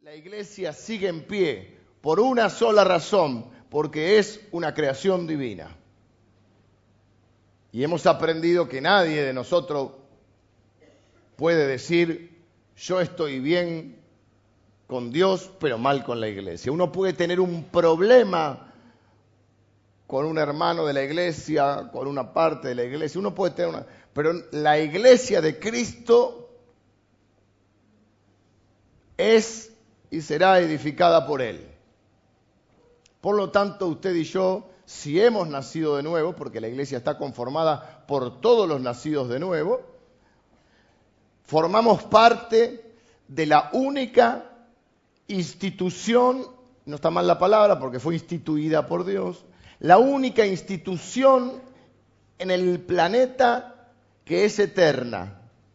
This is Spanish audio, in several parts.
La iglesia sigue en pie por una sola razón, porque es una creación divina. Y hemos aprendido que nadie de nosotros puede decir, yo estoy bien con Dios, pero mal con la iglesia. Uno puede tener un problema con un hermano de la iglesia, con una parte de la iglesia, uno puede tener pero la iglesia de Cristo es y será edificada por Él. Por lo tanto, usted y yo, si hemos nacido de nuevo, porque la iglesia está conformada por todos los nacidos de nuevo, formamos parte de la única institución, no está mal la palabra porque fue instituida por Dios, la única institución en el planeta que es eterna,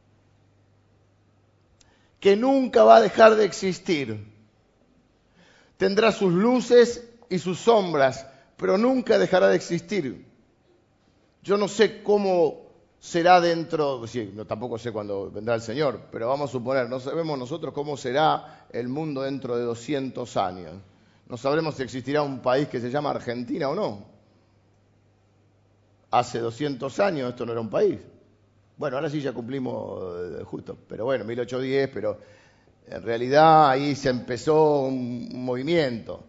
que nunca va a dejar de existir. Tendrá sus luces y sus sombras, pero nunca dejará de existir. Yo no sé cómo será dentro, sí, no, tampoco sé cuándo vendrá el Señor, pero vamos a suponer, no sabemos nosotros cómo será el mundo dentro de 200 años. No sabremos si existirá un país que se llama Argentina o no. Hace 200 años esto no era un país. Bueno, ahora sí ya cumplimos justo, pero bueno, 1810, pero en realidad ahí se empezó un movimiento.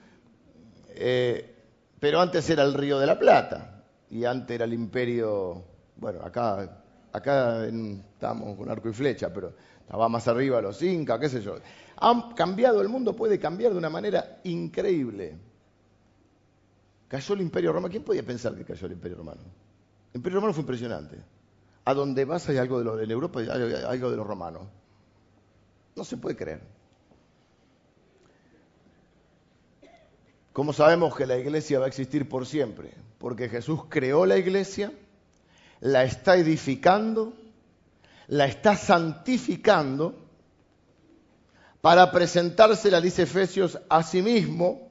Pero antes era el Río de la Plata y antes era el imperio, bueno, acá estábamos con arco y flecha, pero estaba más arriba los incas, qué sé yo. Han cambiado, el mundo puede cambiar de una manera increíble. Cayó el Imperio Romano. ¿Quién podía pensar que cayó el Imperio Romano? El Imperio Romano fue impresionante. A donde vas hay algo en Europa hay algo de los romanos. No se puede creer. ¿Cómo sabemos que la iglesia va a existir por siempre? Porque Jesús creó la iglesia, la está edificando, la está santificando para presentársela, dice Efesios, a sí mismo,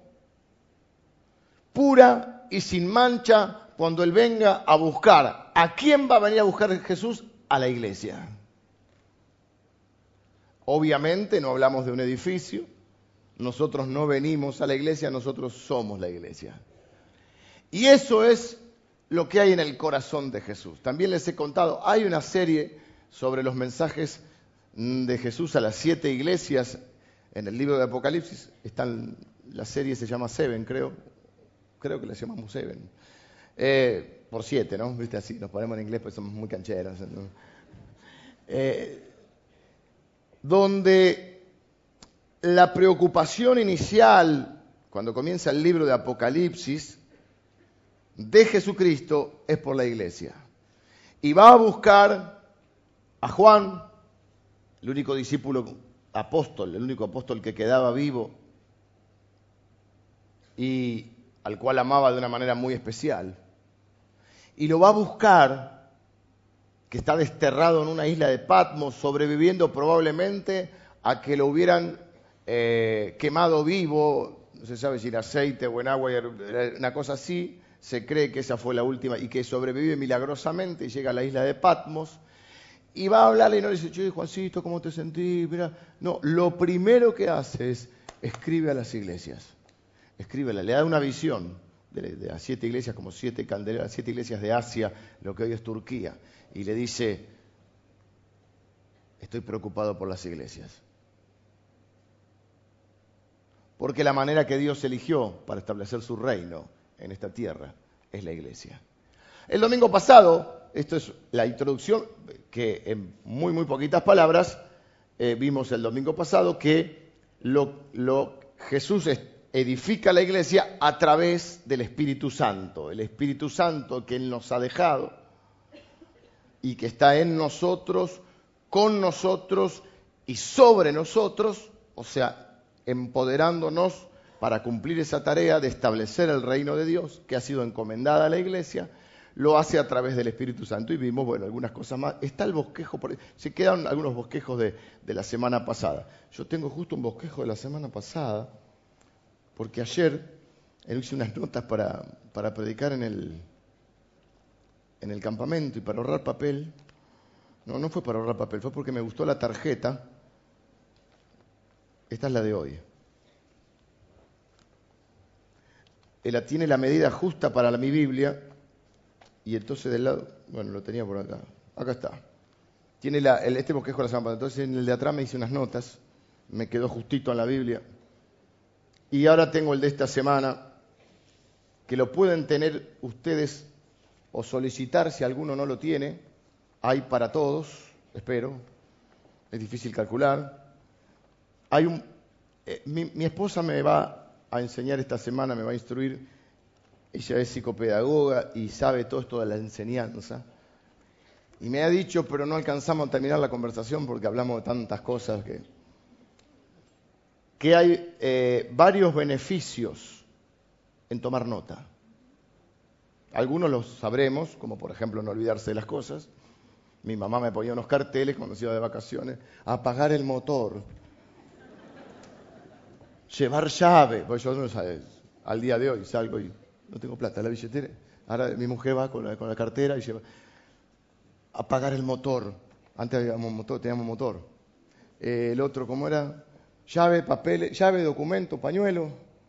pura y sin mancha, cuando Él venga a buscar. ¿A quién va a venir a buscar Jesús? A la iglesia. Obviamente no hablamos de un edificio, nosotros no venimos a la iglesia, nosotros somos la iglesia. Y eso es lo que hay en el corazón de Jesús. También les he contado, hay una serie sobre los mensajes de Jesús a las 7 iglesias en el libro de Apocalipsis. La serie se llama Seven, creo que la llamamos Seven. Por 7, ¿no? Viste, así nos ponemos en inglés porque somos muy cancheros, ¿no? Donde la preocupación inicial, cuando comienza el libro de Apocalipsis, de Jesucristo es por la iglesia. Y va a buscar a Juan, el único discípulo apóstol, el único apóstol que quedaba vivo y al cual amaba de una manera muy especial. Y lo va a buscar, que está desterrado en una isla de Patmos, sobreviviendo probablemente a que lo hubieran quemado vivo, no se sabe si en aceite o en agua, una cosa así. Se cree que esa fue la última y que sobrevive milagrosamente y llega a la isla de Patmos. Y va a hablarle y no le dice, che, Juancito, ¿cómo te sentís? Mirá. No, lo primero que hace es escribe a las iglesias. Escríbela, le da una visión de las 7 iglesias, como 7 candeleras, 7 iglesias de Asia, lo que hoy es Turquía. Y le dice, estoy preocupado por las iglesias. Porque la manera que Dios eligió para establecer su reino en esta tierra es la iglesia. El domingo pasado, esto es la introducción que en muy, muy poquitas palabras, vimos el domingo pasado que Jesús edifica la iglesia a través del Espíritu Santo. El Espíritu Santo que Él nos ha dejado y que está en nosotros, con nosotros y sobre nosotros, o sea, empoderándonos para cumplir esa tarea de establecer el reino de Dios que ha sido encomendada a la iglesia, lo hace a través del Espíritu Santo. Y vimos, bueno, algunas cosas más. Está el bosquejo, se quedan algunos bosquejos de la semana pasada. Yo tengo justo un bosquejo de la semana pasada, porque ayer hice unas notas para predicar en el campamento y para ahorrar papel. No fue para ahorrar papel, fue porque me gustó la tarjeta. Esta es la de hoy. Tiene la medida justa para mi Biblia. Y entonces del lado, bueno, lo tenía por acá. Acá está. Tiene este bosquejo de la semana pasada. Entonces en el de atrás me hice unas notas. Me quedó justito en la Biblia. Y ahora tengo el de esta semana, que lo pueden tener ustedes o solicitar si alguno no lo tiene. Hay para todos, espero. Es difícil calcular. Mi esposa me va a enseñar esta semana, me va a instruir. Ella es psicopedagoga y sabe todo esto de la enseñanza. Y me ha dicho, pero no alcanzamos a terminar la conversación porque hablamos de tantas cosas, que hay varios beneficios en tomar nota. Algunos los sabremos, como por ejemplo no olvidarse de las cosas. Mi mamá me ponía unos carteles cuando se iba de vacaciones: apagar el motor, llevar llave. Pues yo no sé, al día de hoy salgo y no tengo plata, la billetera. Ahora mi mujer va con la cartera y lleva. Apagar el motor. Antes teníamos motor. El otro, ¿cómo era? Llave, papeles, llave, documento, pañuelo.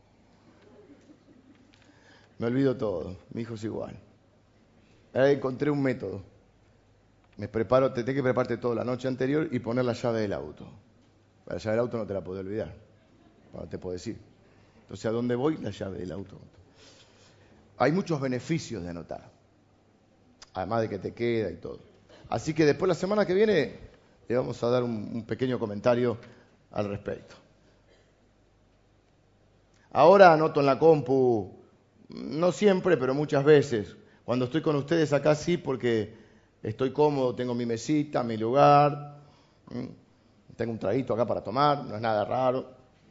Me olvido todo. Mi hijo es igual. Ahora encontré un método. Me preparo, tenés que prepararte todo la noche anterior y poner la llave del auto. La llave del auto no te la podés olvidar. No te puedo decir. Entonces, ¿a dónde voy? La llave del auto. Hay muchos beneficios de anotar. Además de que te queda y todo. Así que después, la semana que viene, le vamos a dar un pequeño comentario al respecto. Ahora anoto en la compu, no siempre, pero muchas veces. Cuando estoy con ustedes acá sí, porque estoy cómodo, tengo mi mesita, mi lugar. Tengo un traguito acá para tomar, no es nada raro.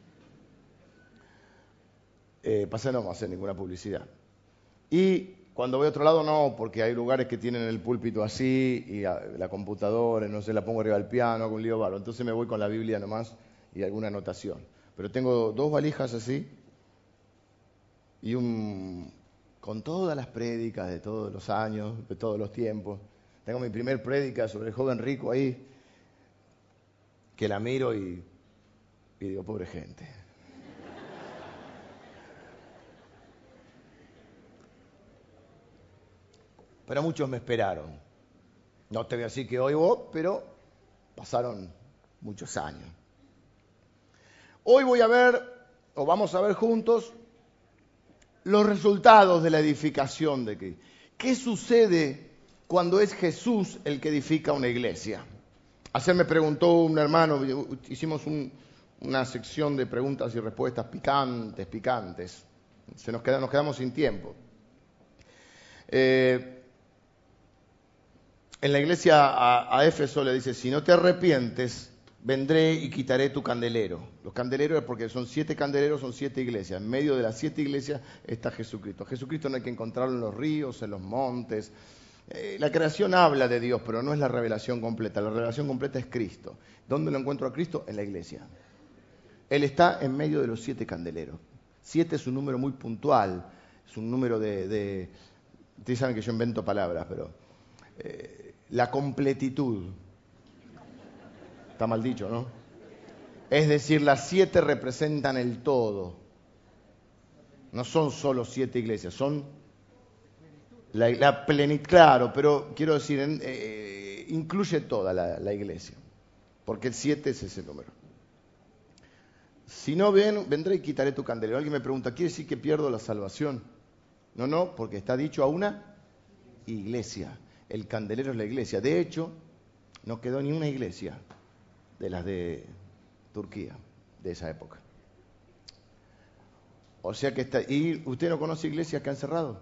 No vamos a hacer ninguna publicidad. Y cuando voy a otro lado no, porque hay lugares que tienen el púlpito así y la computadora, no sé, la pongo arriba del piano, hago un lío bárbaro. Entonces me voy con la Biblia nomás y alguna anotación. Pero tengo 2 valijas así y con todas las prédicas de todos los años, de todos los tiempos. Tengo mi primer prédica sobre el joven rico ahí, que la miro y digo, pobre gente. Pero muchos me esperaron. No te voy a decir que hoy vos, pero pasaron muchos años. Hoy vamos a ver juntos los resultados de la edificación de Cristo. ¿Qué sucede cuando es Jesús el que edifica una iglesia? Ayer me preguntó un hermano, hicimos una sección de preguntas y respuestas picantes. Nos quedamos sin tiempo. En la iglesia a Éfeso le dice: si no te arrepientes, vendré y quitaré tu candelero. Los candeleros es porque son 7 candeleros, son 7 iglesias. En medio de las 7 iglesias está Jesucristo. Jesucristo no hay que encontrarlo en los ríos, en los montes. La creación habla de Dios, pero no es la revelación completa. La revelación completa es Cristo. ¿Dónde lo encuentro a Cristo? En la iglesia. Él está en medio de los 7 candeleros. 7 es un número muy puntual. Es un número de ustedes saben que yo invento palabras, pero la completitud. Está mal dicho, ¿no? Es decir, las 7 representan el todo. No son solo 7 iglesias, son la plenitud. Claro, pero quiero decir, incluye toda la iglesia. Porque el 7 es ese número. Si no vendré y quitaré tu candelero. Alguien me pregunta, ¿quiere decir que pierdo la salvación? No, porque está dicho a una iglesia. El candelero es la iglesia. De hecho, no quedó ni una iglesia de las de Turquía, de esa época. O sea que está. ¿Y usted no conoce iglesias que han cerrado?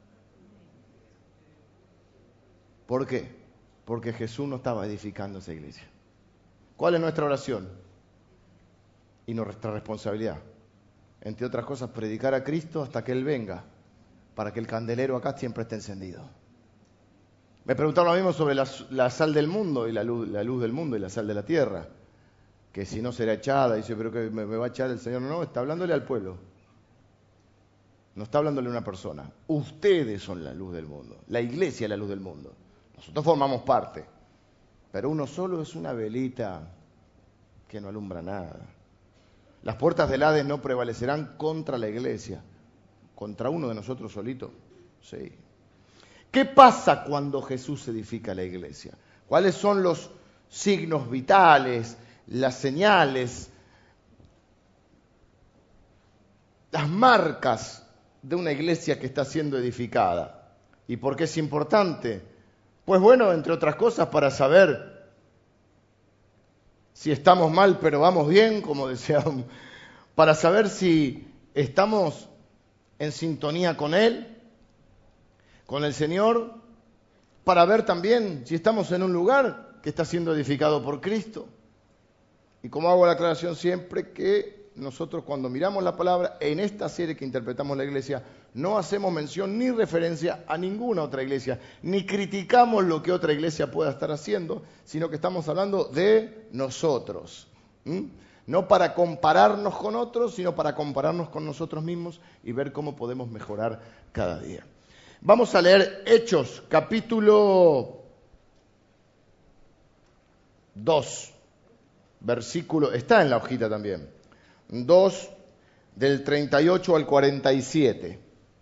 ¿Por qué? Porque Jesús no estaba edificando esa iglesia. ¿Cuál es nuestra oración? Y nuestra responsabilidad. Entre otras cosas, predicar a Cristo hasta que Él venga, para que el candelero acá siempre esté encendido. Me preguntaron lo mismo sobre la sal del mundo y la luz del mundo y la sal de la tierra. Que si no será echada. Dice, pero que me va a echar el Señor. No, está hablándole al pueblo. No está hablándole a una persona. Ustedes son la luz del mundo. La iglesia es la luz del mundo. Nosotros formamos parte. Pero uno solo es una velita que no alumbra nada. Las puertas del Hades no prevalecerán contra la iglesia. ¿Contra uno de nosotros solito? Sí. ¿Qué pasa cuando Jesús edifica la iglesia? ¿Cuáles son los signos vitales, las señales, las marcas de una iglesia que está siendo edificada? ¿Y por qué es importante? Pues bueno, entre otras cosas, para saber si estamos mal pero vamos bien, como decíamos, para saber si estamos en sintonía con Él, con el Señor, para ver también si estamos en un lugar que está siendo edificado por Cristo. Y como hago la aclaración siempre, que nosotros cuando miramos la palabra, en esta serie que interpretamos la iglesia, no hacemos mención ni referencia a ninguna otra iglesia, ni criticamos lo que otra iglesia pueda estar haciendo, sino que estamos hablando de nosotros. No para compararnos con otros, sino para compararnos con nosotros mismos y ver cómo podemos mejorar cada día. Vamos a leer Hechos, capítulo 2, versículo, está en la hojita también, 2, del 38 al 47.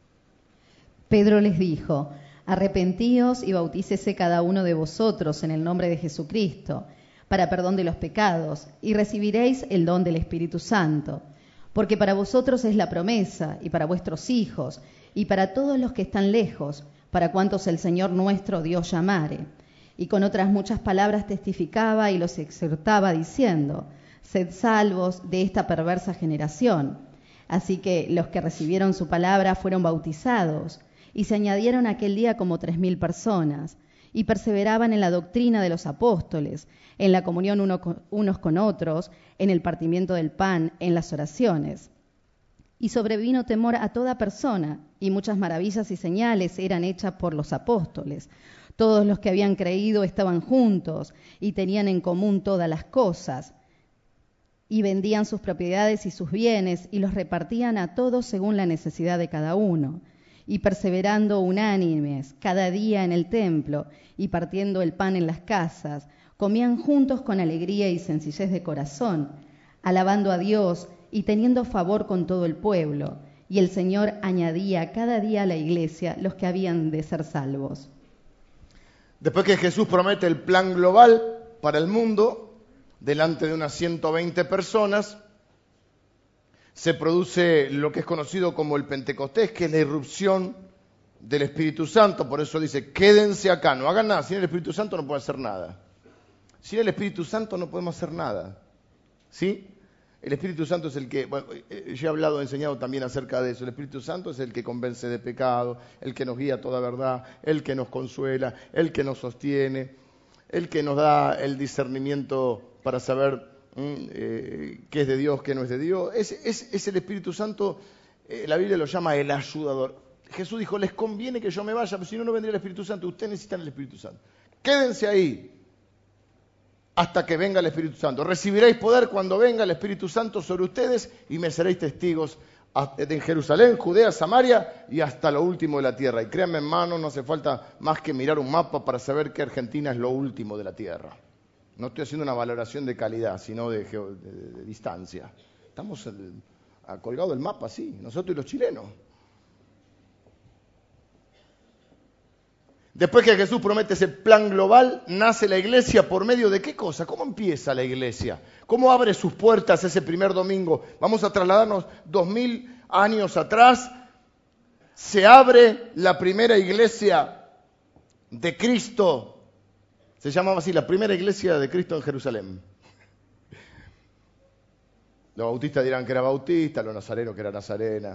Pedro les dijo: arrepentíos y bautícese cada uno de vosotros en el nombre de Jesucristo, para perdón de los pecados, y recibiréis el don del Espíritu Santo. Porque para vosotros es la promesa, y para vuestros hijos, y para todos los que están lejos, para cuantos el Señor nuestro Dios llamare. Y con otras muchas palabras testificaba y los exhortaba diciendo: sed salvos de esta perversa generación. Así que los que recibieron su palabra fueron bautizados, y se añadieron aquel día como 3,000 personas, y perseveraban en la doctrina de los apóstoles, en la comunión unos con otros, en el partimiento del pan, en las oraciones. Y sobrevino temor a toda persona, y muchas maravillas y señales eran hechas por los apóstoles. Todos los que habían creído estaban juntos, y tenían en común todas las cosas, y vendían sus propiedades y sus bienes, y los repartían a todos según la necesidad de cada uno. Y perseverando unánimes cada día en el templo, y partiendo el pan en las casas, comían juntos con alegría y sencillez de corazón, alabando a Dios y teniendo favor con todo el pueblo. Y el Señor añadía cada día a la iglesia los que habían de ser salvos. Después que Jesús promete el plan global para el mundo, delante de unas 120 personas, se produce lo que es conocido como el Pentecostés, que es la irrupción del Espíritu Santo. Por eso dice: quédense acá, no hagan nada. Sin el Espíritu Santo no pueden hacer nada. Sin el Espíritu Santo no podemos hacer nada. ¿Sí? El Espíritu Santo es el que, bueno, yo he enseñado también acerca de eso. El Espíritu Santo es el que convence de pecado, el que nos guía a toda verdad, el que nos consuela, el que nos sostiene, el que nos da el discernimiento para saber qué es de Dios, qué no es de Dios. Es el Espíritu Santo, la Biblia lo llama el ayudador. Jesús dijo: les conviene que yo me vaya, pero si no, no vendría el Espíritu Santo. Ustedes necesitan el Espíritu Santo. Quédense ahí hasta que venga el Espíritu Santo. Recibiréis poder cuando venga el Espíritu Santo sobre ustedes y me seréis testigos en Jerusalén, Judea, Samaria y hasta lo último de la tierra. Y créanme, hermanos, no hace falta más que mirar un mapa para saber que Argentina es lo último de la tierra. No estoy haciendo una valoración de calidad, sino de distancia. Estamos colgado del mapa, sí, nosotros y los chilenos. Después que Jesús promete ese plan global, nace la iglesia por medio de ¿qué cosa? ¿Cómo empieza la iglesia? ¿Cómo abre sus puertas ese primer domingo? Vamos a trasladarnos 2000 años atrás. Se abre la primera iglesia de Cristo. Se llamaba así, la primera iglesia de Cristo en Jerusalén. Los bautistas dirán que era bautista, los nazarenos que era nazarena.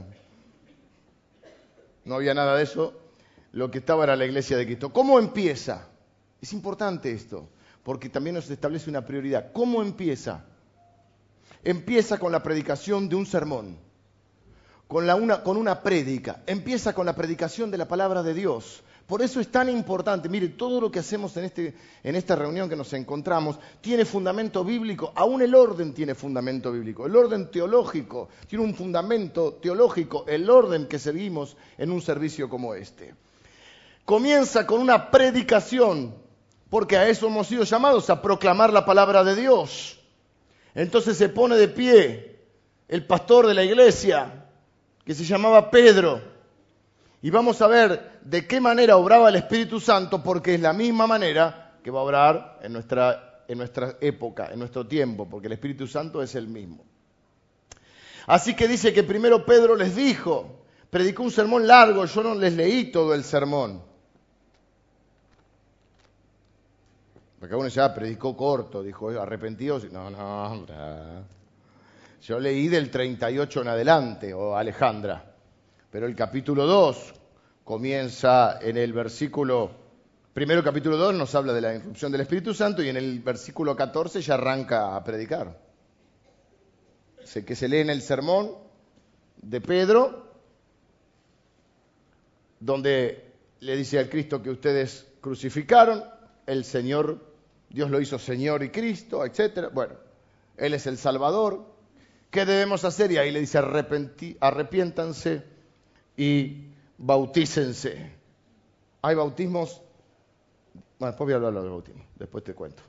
No había nada de eso. Lo que estaba era la iglesia de Cristo. ¿Cómo empieza? Es importante esto, porque también nos establece una prioridad. ¿Cómo empieza? Empieza con la predicación de un sermón, con una prédica. Empieza con la predicación de la palabra de Dios. Por eso es tan importante. Mire, todo lo que hacemos en esta reunión que nos encontramos tiene fundamento bíblico. Aún el orden tiene fundamento bíblico. El orden teológico tiene un fundamento teológico. El orden que seguimos en un servicio como este. Comienza con una predicación, porque a eso hemos sido llamados, a proclamar la palabra de Dios. Entonces se pone de pie el pastor de la iglesia, que se llamaba Pedro. Y vamos a ver de qué manera obraba el Espíritu Santo, porque es la misma manera que va a obrar en nuestra época, en nuestro tiempo, porque el Espíritu Santo es el mismo. Así que dice que primero Pedro les dijo, predicó un sermón largo, yo no les leí todo el sermón. Porque uno ya predicó corto, dijo, arrepentidos. No. Yo leí del 38 en adelante, Alejandra. Pero el capítulo 2 comienza en el versículo... Primero capítulo 2 nos habla de la irrupción del Espíritu Santo y en el versículo 14 ya arranca a predicar. Sé que se lee en el sermón de Pedro, donde le dice al Cristo que ustedes crucificaron, el Señor, Dios lo hizo Señor y Cristo, etc. Bueno, Él es el Salvador. ¿Qué debemos hacer? Y ahí le dice arrepiéntanse y bautícense. Hay bautismos. Bueno, después voy a hablar del bautismo, después te cuento.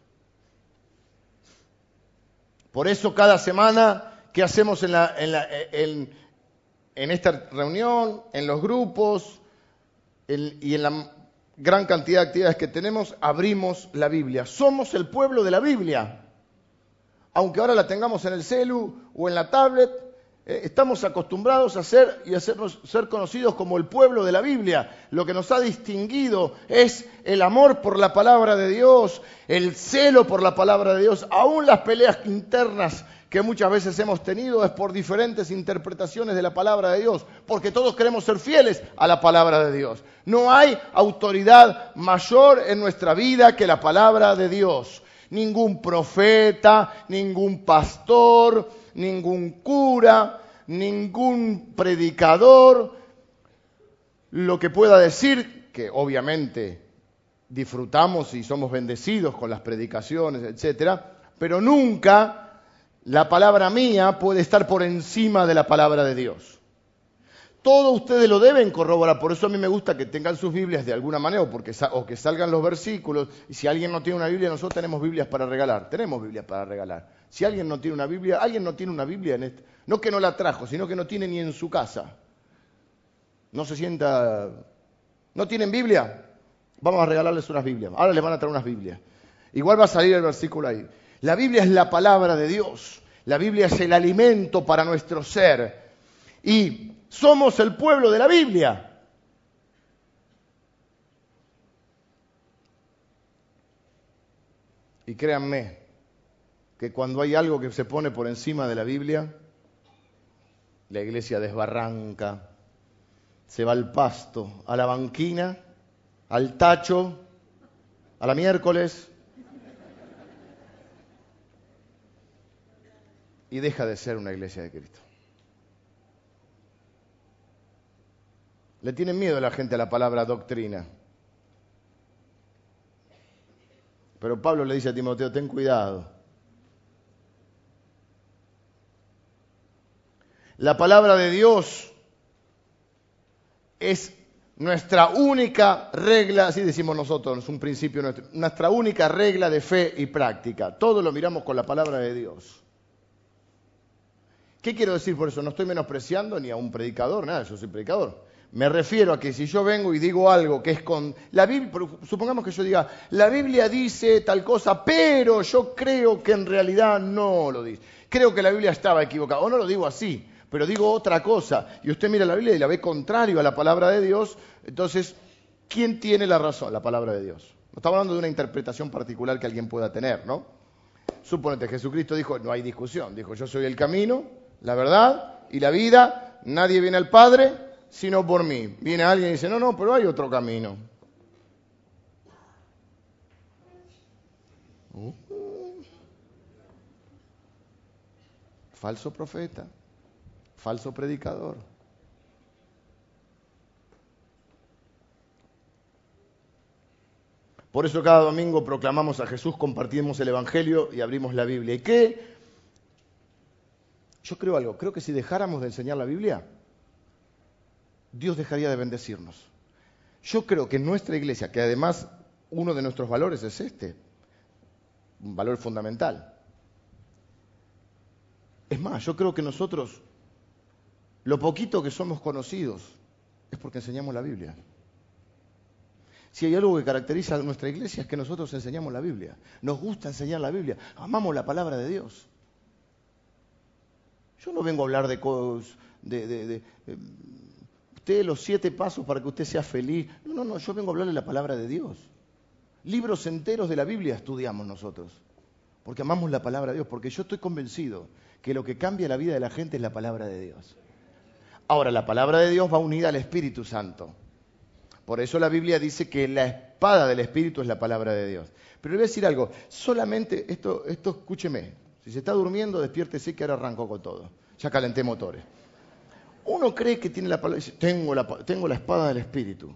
Por eso cada semana, ¿qué hacemos en esta reunión, en los grupos y en la gran cantidad de actividades que tenemos? Abrimos la Biblia. Somos el pueblo de la Biblia. Aunque ahora la tengamos en el celu o en la tablet, estamos acostumbrados a ser conocidos como el pueblo de la Biblia. Lo que nos ha distinguido es el amor por la palabra de Dios, el celo por la palabra de Dios. Aún las peleas internas que muchas veces hemos tenido es por diferentes interpretaciones de la palabra de Dios, porque todos queremos ser fieles a la palabra de Dios. No hay autoridad mayor en nuestra vida que la palabra de Dios. Ningún profeta, ningún pastor, ningún cura, ningún predicador, lo que pueda decir, que obviamente disfrutamos y somos bendecidos con las predicaciones, etcétera, pero nunca la palabra mía puede estar por encima de la palabra de Dios. Todo ustedes lo deben corroborar, por eso a mí me gusta que tengan sus Biblias de alguna manera, o que salgan los versículos, y si alguien no tiene una Biblia, nosotros tenemos Biblias para regalar, tenemos Biblias para regalar. Si alguien no tiene una Biblia, no que no la trajo, sino que no tiene ni en su casa. No se sienta, ¿no tienen Biblia? Vamos a regalarles unas Biblias, ahora les van a traer unas Biblias. Igual va a salir el versículo ahí. La Biblia es la palabra de Dios, la Biblia es el alimento para nuestro ser, y somos el pueblo de la Biblia. Y créanme que cuando hay algo que se pone por encima de la Biblia, la iglesia desbarranca, se va al pasto, a la banquina, al tacho, a la miércoles, y deja de ser una iglesia de Cristo. Le tienen miedo a la gente a la palabra doctrina. Pero Pablo le dice a Timoteo, ten cuidado. La palabra de Dios es nuestra única regla, así decimos nosotros, es un principio nuestra única regla de fe y práctica. Todo lo miramos con la palabra de Dios. ¿Qué quiero decir por eso? No estoy menospreciando ni a un predicador, nada, yo soy predicador. Me refiero a que si yo vengo y digo algo que es con la Biblia, supongamos que yo diga, la Biblia dice tal cosa, pero yo creo que en realidad no lo dice. Creo que la Biblia estaba equivocada, o no lo digo así, pero digo otra cosa, y usted mira la Biblia y la ve contrario a la palabra de Dios, entonces, ¿quién tiene la razón? La palabra de Dios. No estamos hablando de una interpretación particular que alguien pueda tener, ¿no? Suponete, Jesucristo dijo, no hay discusión, dijo, yo soy el camino, la verdad y la vida, nadie viene al Padre sino por mí. Viene alguien y dice, no, pero hay otro camino. Falso profeta, falso predicador. Por eso cada domingo proclamamos a Jesús, compartimos el Evangelio y abrimos la Biblia. ¿Y qué? Yo creo que si dejáramos de enseñar la Biblia, Dios dejaría de bendecirnos. Yo creo que en nuestra iglesia, que además uno de nuestros valores es un valor fundamental. Es más, yo creo que nosotros, lo poquito que somos conocidos, es porque enseñamos la Biblia. Si hay algo que caracteriza a nuestra iglesia es que nosotros enseñamos la Biblia. Nos gusta enseñar la Biblia. Amamos la palabra de Dios. Yo no vengo a hablar de cosas, usted los 7 pasos para que usted sea feliz. No, yo vengo a hablarle la palabra de Dios. Libros enteros de la Biblia estudiamos nosotros. Porque amamos la palabra de Dios. Porque yo estoy convencido que lo que cambia la vida de la gente es la palabra de Dios. Ahora, la palabra de Dios va unida al Espíritu Santo. Por eso la Biblia dice que la espada del Espíritu es la palabra de Dios. Pero le voy a decir algo, solamente, esto escúcheme, si se está durmiendo, despiértese que ahora arrancó con todo. Ya calenté motores. Uno cree que tiene la palabra, dice, tengo la espada del Espíritu.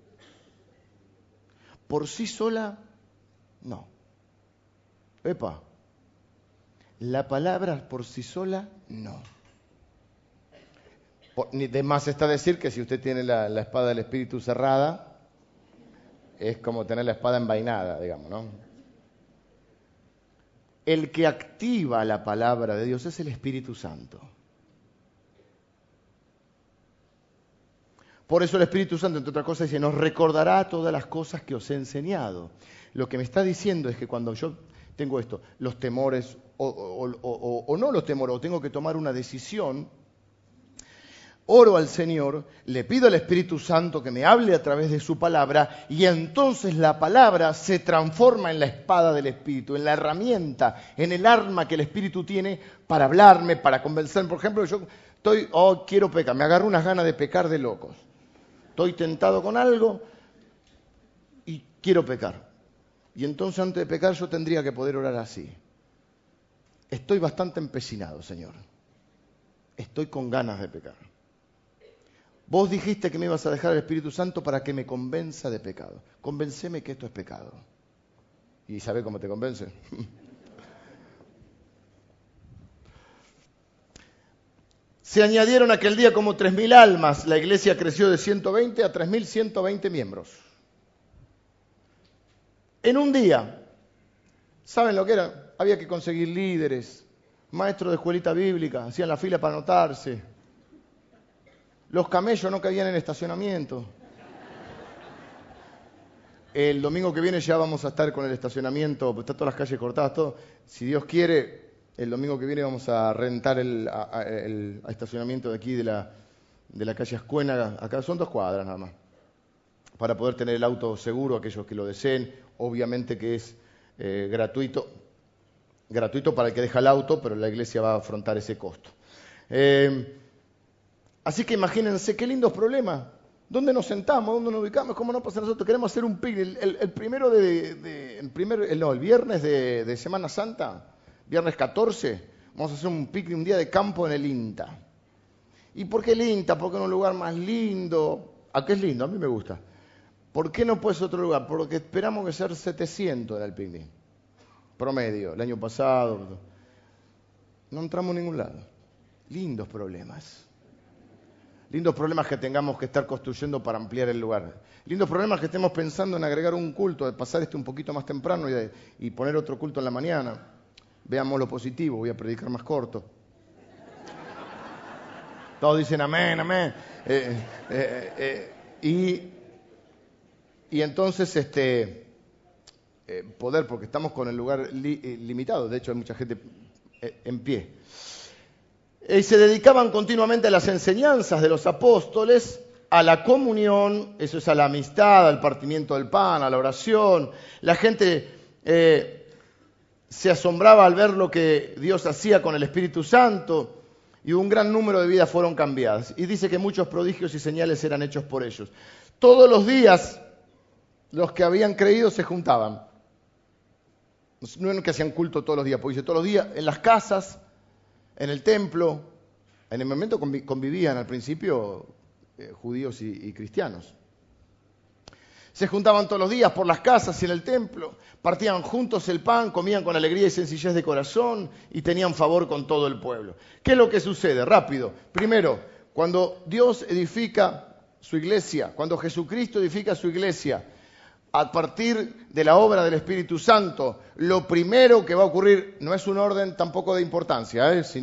Por sí sola, no. Epa, la palabra por sí sola, no. Ni de más está decir que si usted tiene la espada del Espíritu cerrada, es como tener la espada envainada, digamos, ¿no? El que activa la palabra de Dios es el Espíritu Santo. Por eso el Espíritu Santo, entre otras cosas, dice, nos recordará todas las cosas que os he enseñado. Lo que me está diciendo es que cuando yo tengo esto, los temores, o no los temores, o tengo que tomar una decisión, oro al Señor, le pido al Espíritu Santo que me hable a través de su palabra y entonces la palabra se transforma en la espada del Espíritu, en la herramienta, en el arma que el Espíritu tiene para hablarme, para convencerme. Por ejemplo, yo quiero pecar, me agarro unas ganas de pecar de locos. Estoy tentado con algo y quiero pecar. Y entonces antes de pecar yo tendría que poder orar así. Estoy bastante empecinado, Señor. Estoy con ganas de pecar. Vos dijiste que me ibas a dejar el Espíritu Santo para que me convenza de pecado. Convénceme que esto es pecado. ¿Y sabés cómo te convence? Se añadieron aquel día como 3.000 almas. La iglesia creció de 120 a 3.120 miembros. En un día, ¿saben lo que era? Había que conseguir líderes, maestros de escuelita bíblica, hacían la fila para anotarse. Los camellos no cabían en estacionamiento. El domingo que viene ya vamos a estar con el estacionamiento, están todas las calles cortadas, todo. Si Dios quiere, el domingo que viene vamos a rentar el estacionamiento de aquí de la calle Ascuénaga. Acá son 2 cuadras nada más. Para poder tener el auto seguro, aquellos que lo deseen. Obviamente que es gratuito. Gratuito para el que deja el auto, pero la iglesia va a afrontar ese costo. Así que imagínense qué lindos problemas. ¿Dónde nos sentamos? ¿Dónde nos ubicamos? ¿Cómo no pasa nosotros? Queremos hacer un picnic. El viernes de Semana Santa, viernes 14, vamos a hacer un picnic, un día de campo en el INTA. ¿Y por qué el INTA? Porque es un lugar más lindo. ¿A qué es lindo? A mí me gusta. ¿Por qué no puede ser otro lugar? Porque esperamos que sea 700 en el picnic. Promedio, el año pasado. No entramos a ningún lado. Lindos problemas. Lindos problemas que tengamos que estar construyendo para ampliar el lugar. Lindos problemas que estemos pensando en agregar un culto, de pasar un poquito más temprano y poner otro culto en la mañana. Veamos lo positivo, voy a predicar más corto. Todos dicen amén, amén. Y entonces poder, porque estamos con el lugar limitado, de hecho hay mucha gente en pie. Y se dedicaban continuamente a las enseñanzas de los apóstoles, a la comunión, eso es a la amistad, al partimiento del pan, a la oración. La gente se asombraba al ver lo que Dios hacía con el Espíritu Santo y un gran número de vidas fueron cambiadas. Y dice que muchos prodigios y señales eran hechos por ellos. Todos los días los que habían creído se juntaban. No es que hacían culto todos los días, porque dice todos los días en las casas, en el templo. En el momento convivían al principio judíos y cristianos. Se juntaban todos los días por las casas y en el templo, partían juntos el pan, comían con alegría y sencillez de corazón y tenían favor con todo el pueblo. ¿Qué es lo que sucede? Rápido. Primero, cuando Dios edifica su iglesia, cuando Jesucristo edifica su iglesia, a partir de la obra del Espíritu Santo, lo primero que va a ocurrir no es un orden tampoco de importancia, sino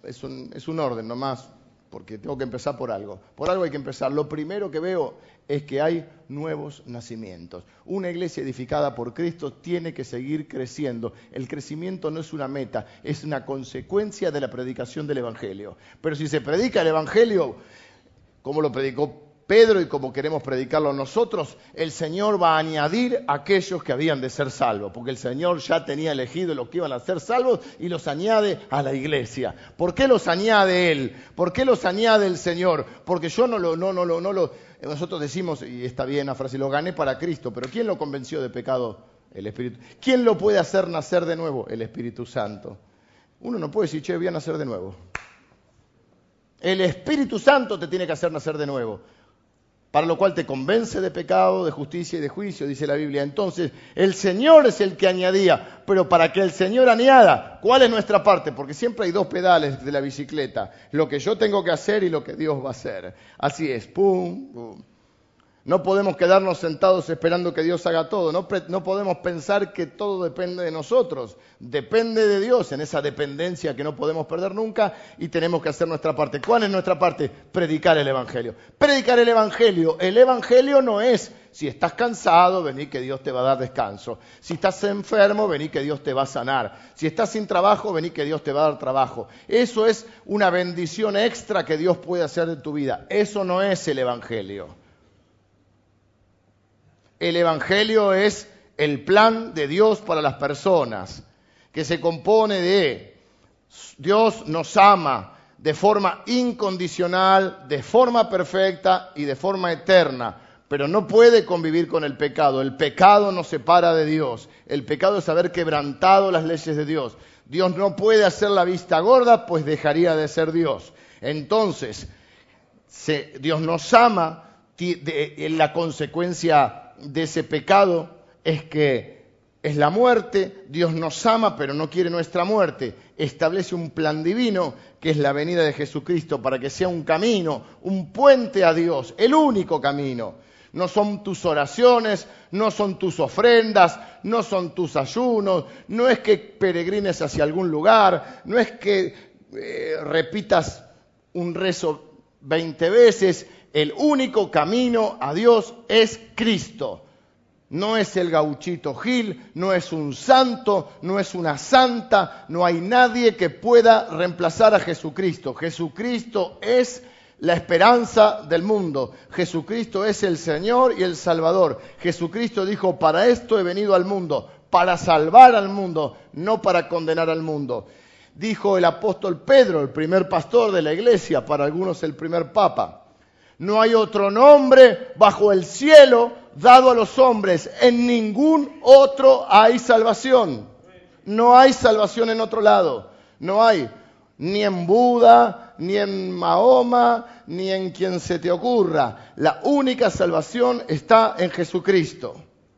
es un orden nomás, porque tengo que empezar por algo. Por algo hay que empezar. Lo primero que veo es que hay nuevos nacimientos. Una iglesia edificada por Cristo tiene que seguir creciendo. El crecimiento no es una meta, es una consecuencia de la predicación del Evangelio. Pero si se predica el Evangelio, como lo predicó Pedro y como queremos predicarlo nosotros, el Señor va a añadir a aquellos que habían de ser salvos, porque el Señor ya tenía elegido los que iban a ser salvos y los añade a la iglesia. ¿Por qué los añade Él? ¿Por qué los añade el Señor? Porque yo nosotros decimos, y está bien la frase, lo gané para Cristo, pero ¿quién lo convenció de pecado? El Espíritu. ¿Quién lo puede hacer nacer de nuevo? El Espíritu Santo. Uno no puede decir, che, voy a nacer de nuevo. El Espíritu Santo te tiene que hacer nacer de nuevo. Para lo cual te convence de pecado, de justicia y de juicio, dice la Biblia. Entonces, el Señor es el que añadía, pero para que el Señor añada, ¿cuál es nuestra parte? Porque siempre hay dos pedales de la bicicleta, lo que yo tengo que hacer y lo que Dios va a hacer. Así es, pum, pum. No podemos quedarnos sentados esperando que Dios haga todo, no podemos pensar que todo depende de nosotros, depende de Dios, en esa dependencia que no podemos perder nunca y tenemos que hacer nuestra parte. ¿Cuál es nuestra parte? Predicar el Evangelio. Predicar el Evangelio no es, si estás cansado, vení que Dios te va a dar descanso. Si estás enfermo, vení que Dios te va a sanar. Si estás sin trabajo, vení que Dios te va a dar trabajo. Eso es una bendición extra que Dios puede hacer en tu vida. Eso no es el Evangelio. El Evangelio es el plan de Dios para las personas, que se compone de Dios nos ama de forma incondicional, de forma perfecta y de forma eterna, pero no puede convivir con el pecado. El pecado nos separa de Dios. El pecado es haber quebrantado las leyes de Dios. Dios no puede hacer la vista gorda, pues dejaría de ser Dios. Entonces, Dios nos ama, la consecuencia de ese pecado es que es la muerte. Dios nos ama pero no quiere nuestra muerte. Establece un plan divino que es la venida de Jesucristo para que sea un camino, un puente a Dios, el único camino. No son tus oraciones, no son tus ofrendas, no son tus ayunos, no es que peregrines hacia algún lugar, no es que repitas un rezo 20 veces. El único camino a Dios es Cristo. No es el gauchito Gil, no es un santo, no es una santa, no hay nadie que pueda reemplazar a Jesucristo. Jesucristo es la esperanza del mundo. Jesucristo es el Señor y el Salvador. Jesucristo dijo, para esto he venido al mundo, para salvar al mundo, no para condenar al mundo. Dijo el apóstol Pedro, el primer pastor de la iglesia, para algunos el primer papa. No hay otro nombre bajo el cielo dado a los hombres. En ningún otro hay salvación. No hay salvación en otro lado. No hay. Ni en Buda, ni en Mahoma, ni en quien se te ocurra. La única salvación está en Jesucristo.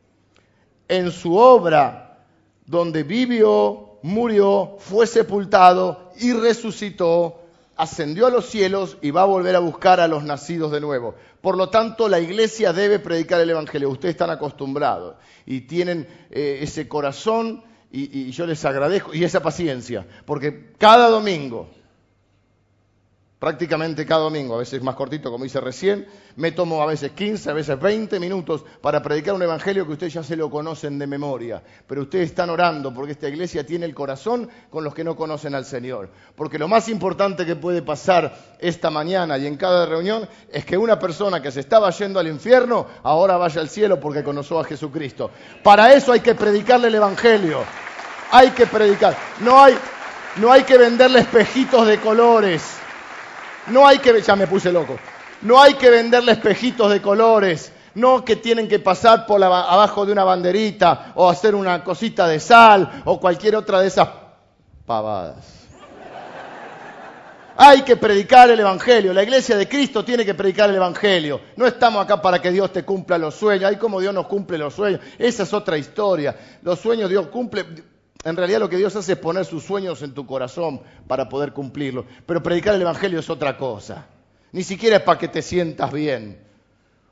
En su obra, donde vivió, murió, fue sepultado y resucitó, ascendió a los cielos y va a volver a buscar a los nacidos de nuevo. Por lo tanto, la iglesia debe predicar el Evangelio. Ustedes están acostumbrados y tienen ese corazón y yo les agradezco y esa paciencia, porque cada domingo, prácticamente cada domingo, a veces más cortito como hice recién, me tomo a veces 15, a veces 20 minutos para predicar un evangelio que ustedes ya se lo conocen de memoria. Pero ustedes están orando porque esta iglesia tiene el corazón con los que no conocen al Señor. Porque lo más importante que puede pasar esta mañana y en cada reunión es que una persona que se estaba yendo al infierno ahora vaya al cielo porque conoció a Jesucristo. Para eso hay que predicarle el evangelio. Hay que predicar. No hay que venderle espejitos de colores. No hay que, ya me puse loco, no hay que venderle espejitos de colores, no que tienen que pasar por abajo de una banderita o hacer una cosita de sal o cualquier otra de esas pavadas. Hay que predicar el Evangelio, la iglesia de Cristo tiene que predicar el Evangelio. No estamos acá para que Dios te cumpla los sueños, ay cómo Dios nos cumple los sueños, esa es otra historia. Los sueños Dios cumple. En realidad lo que Dios hace es poner sus sueños en tu corazón para poder cumplirlos. Pero predicar el Evangelio es otra cosa. Ni siquiera es para que te sientas bien.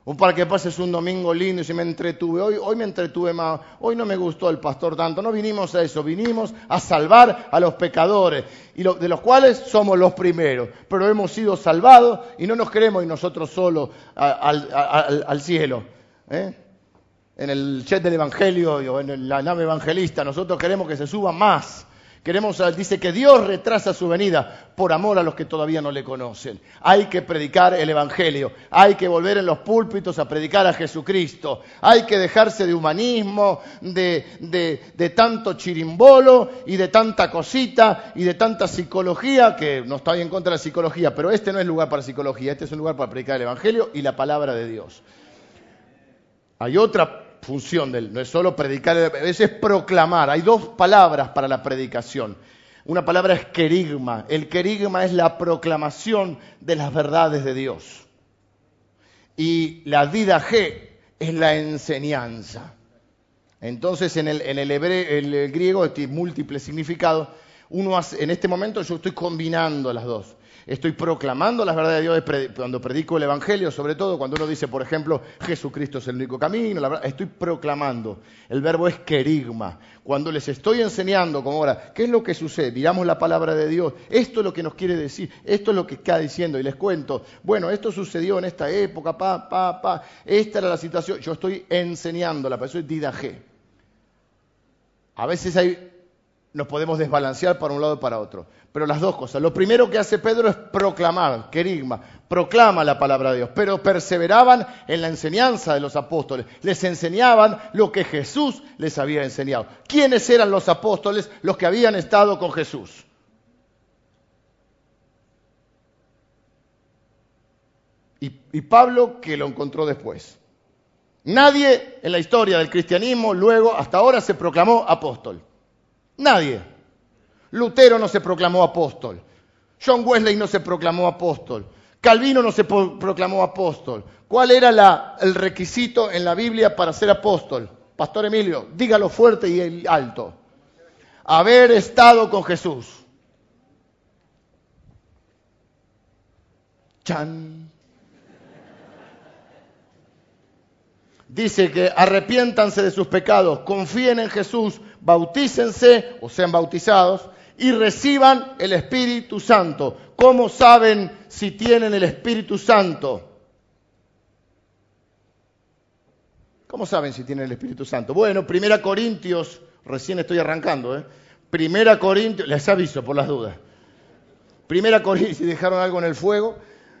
O para que pases un domingo lindo y si me entretuve. Hoy me entretuve más. Hoy no me gustó el pastor tanto. No vinimos a eso. Vinimos a salvar a los pecadores. De los cuales somos los primeros. Pero hemos sido salvados y no nos queremos ir nosotros solos al cielo. En el jet del evangelio o en la nave evangelista. Nosotros queremos que se suba más. Dice que Dios retrasa su venida por amor a los que todavía no le conocen. Hay que predicar el evangelio, hay que volver en los púlpitos a predicar a Jesucristo, hay que dejarse de humanismo, de tanto chirimbolo y de tanta cosita y de tanta psicología, que no estoy en contra de la psicología, pero este no es lugar para psicología, este es un lugar para predicar el evangelio y la palabra de Dios. Hay otra función no es solo predicar, es proclamar. Hay dos palabras para la predicación. Una palabra es querigma. El querigma es la proclamación de las verdades de Dios. Y la didaje es la enseñanza. Entonces en el griego, este múltiple significado, en este momento yo estoy combinando las dos. Estoy proclamando las verdades de Dios cuando predico el evangelio, sobre todo cuando uno dice, por ejemplo, Jesucristo es el único camino, la verdad, estoy proclamando. El verbo es querigma. Cuando les estoy enseñando, como ahora, ¿qué es lo que sucede? Miramos la palabra de Dios, esto es lo que nos quiere decir, esto es lo que está diciendo, y les cuento, bueno, esto sucedió en esta época, esta era la situación, yo estoy enseñándola, eso es didaje. A veces nos podemos desbalancear para un lado y para otro. Pero las dos cosas. Lo primero que hace Pedro es proclamar, querigma, proclama la palabra de Dios. Pero perseveraban en la enseñanza de los apóstoles. Les enseñaban lo que Jesús les había enseñado. ¿Quiénes eran los apóstoles? Los que habían estado con Jesús. Y Pablo, que lo encontró después. Nadie en la historia del cristianismo luego, hasta ahora, se proclamó apóstol. Nadie. Lutero no se proclamó apóstol. John Wesley no se proclamó apóstol. Calvino no se proclamó apóstol. ¿Cuál era el requisito en la Biblia para ser apóstol? Pastor Emilio, dígalo fuerte y alto. Haber estado con Jesús. ¡Chan! Dice que arrepiéntanse de sus pecados, confíen en Jesús, bautícense o sean bautizados y reciban el Espíritu Santo. ¿Cómo saben si tienen el Espíritu Santo? ¿Cómo saben si tienen el Espíritu Santo? Bueno, 1 Corintios, recién estoy arrancando, 1 Corintios, les aviso por las dudas. 1 Corintios, si dejaron algo en el fuego.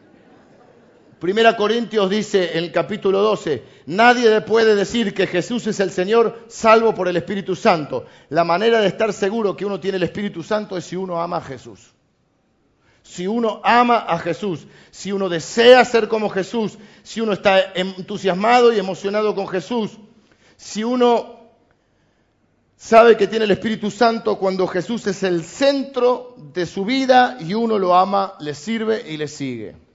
1 Corintios dice en el capítulo 12, nadie puede decir que Jesús es el Señor salvo por el Espíritu Santo. La manera de estar seguro que uno tiene el Espíritu Santo es si uno ama a Jesús. Si uno ama a Jesús, si uno desea ser como Jesús, si uno está entusiasmado y emocionado con Jesús, si uno sabe que tiene el Espíritu Santo cuando Jesús es el centro de su vida y uno lo ama, le sirve y le sigue.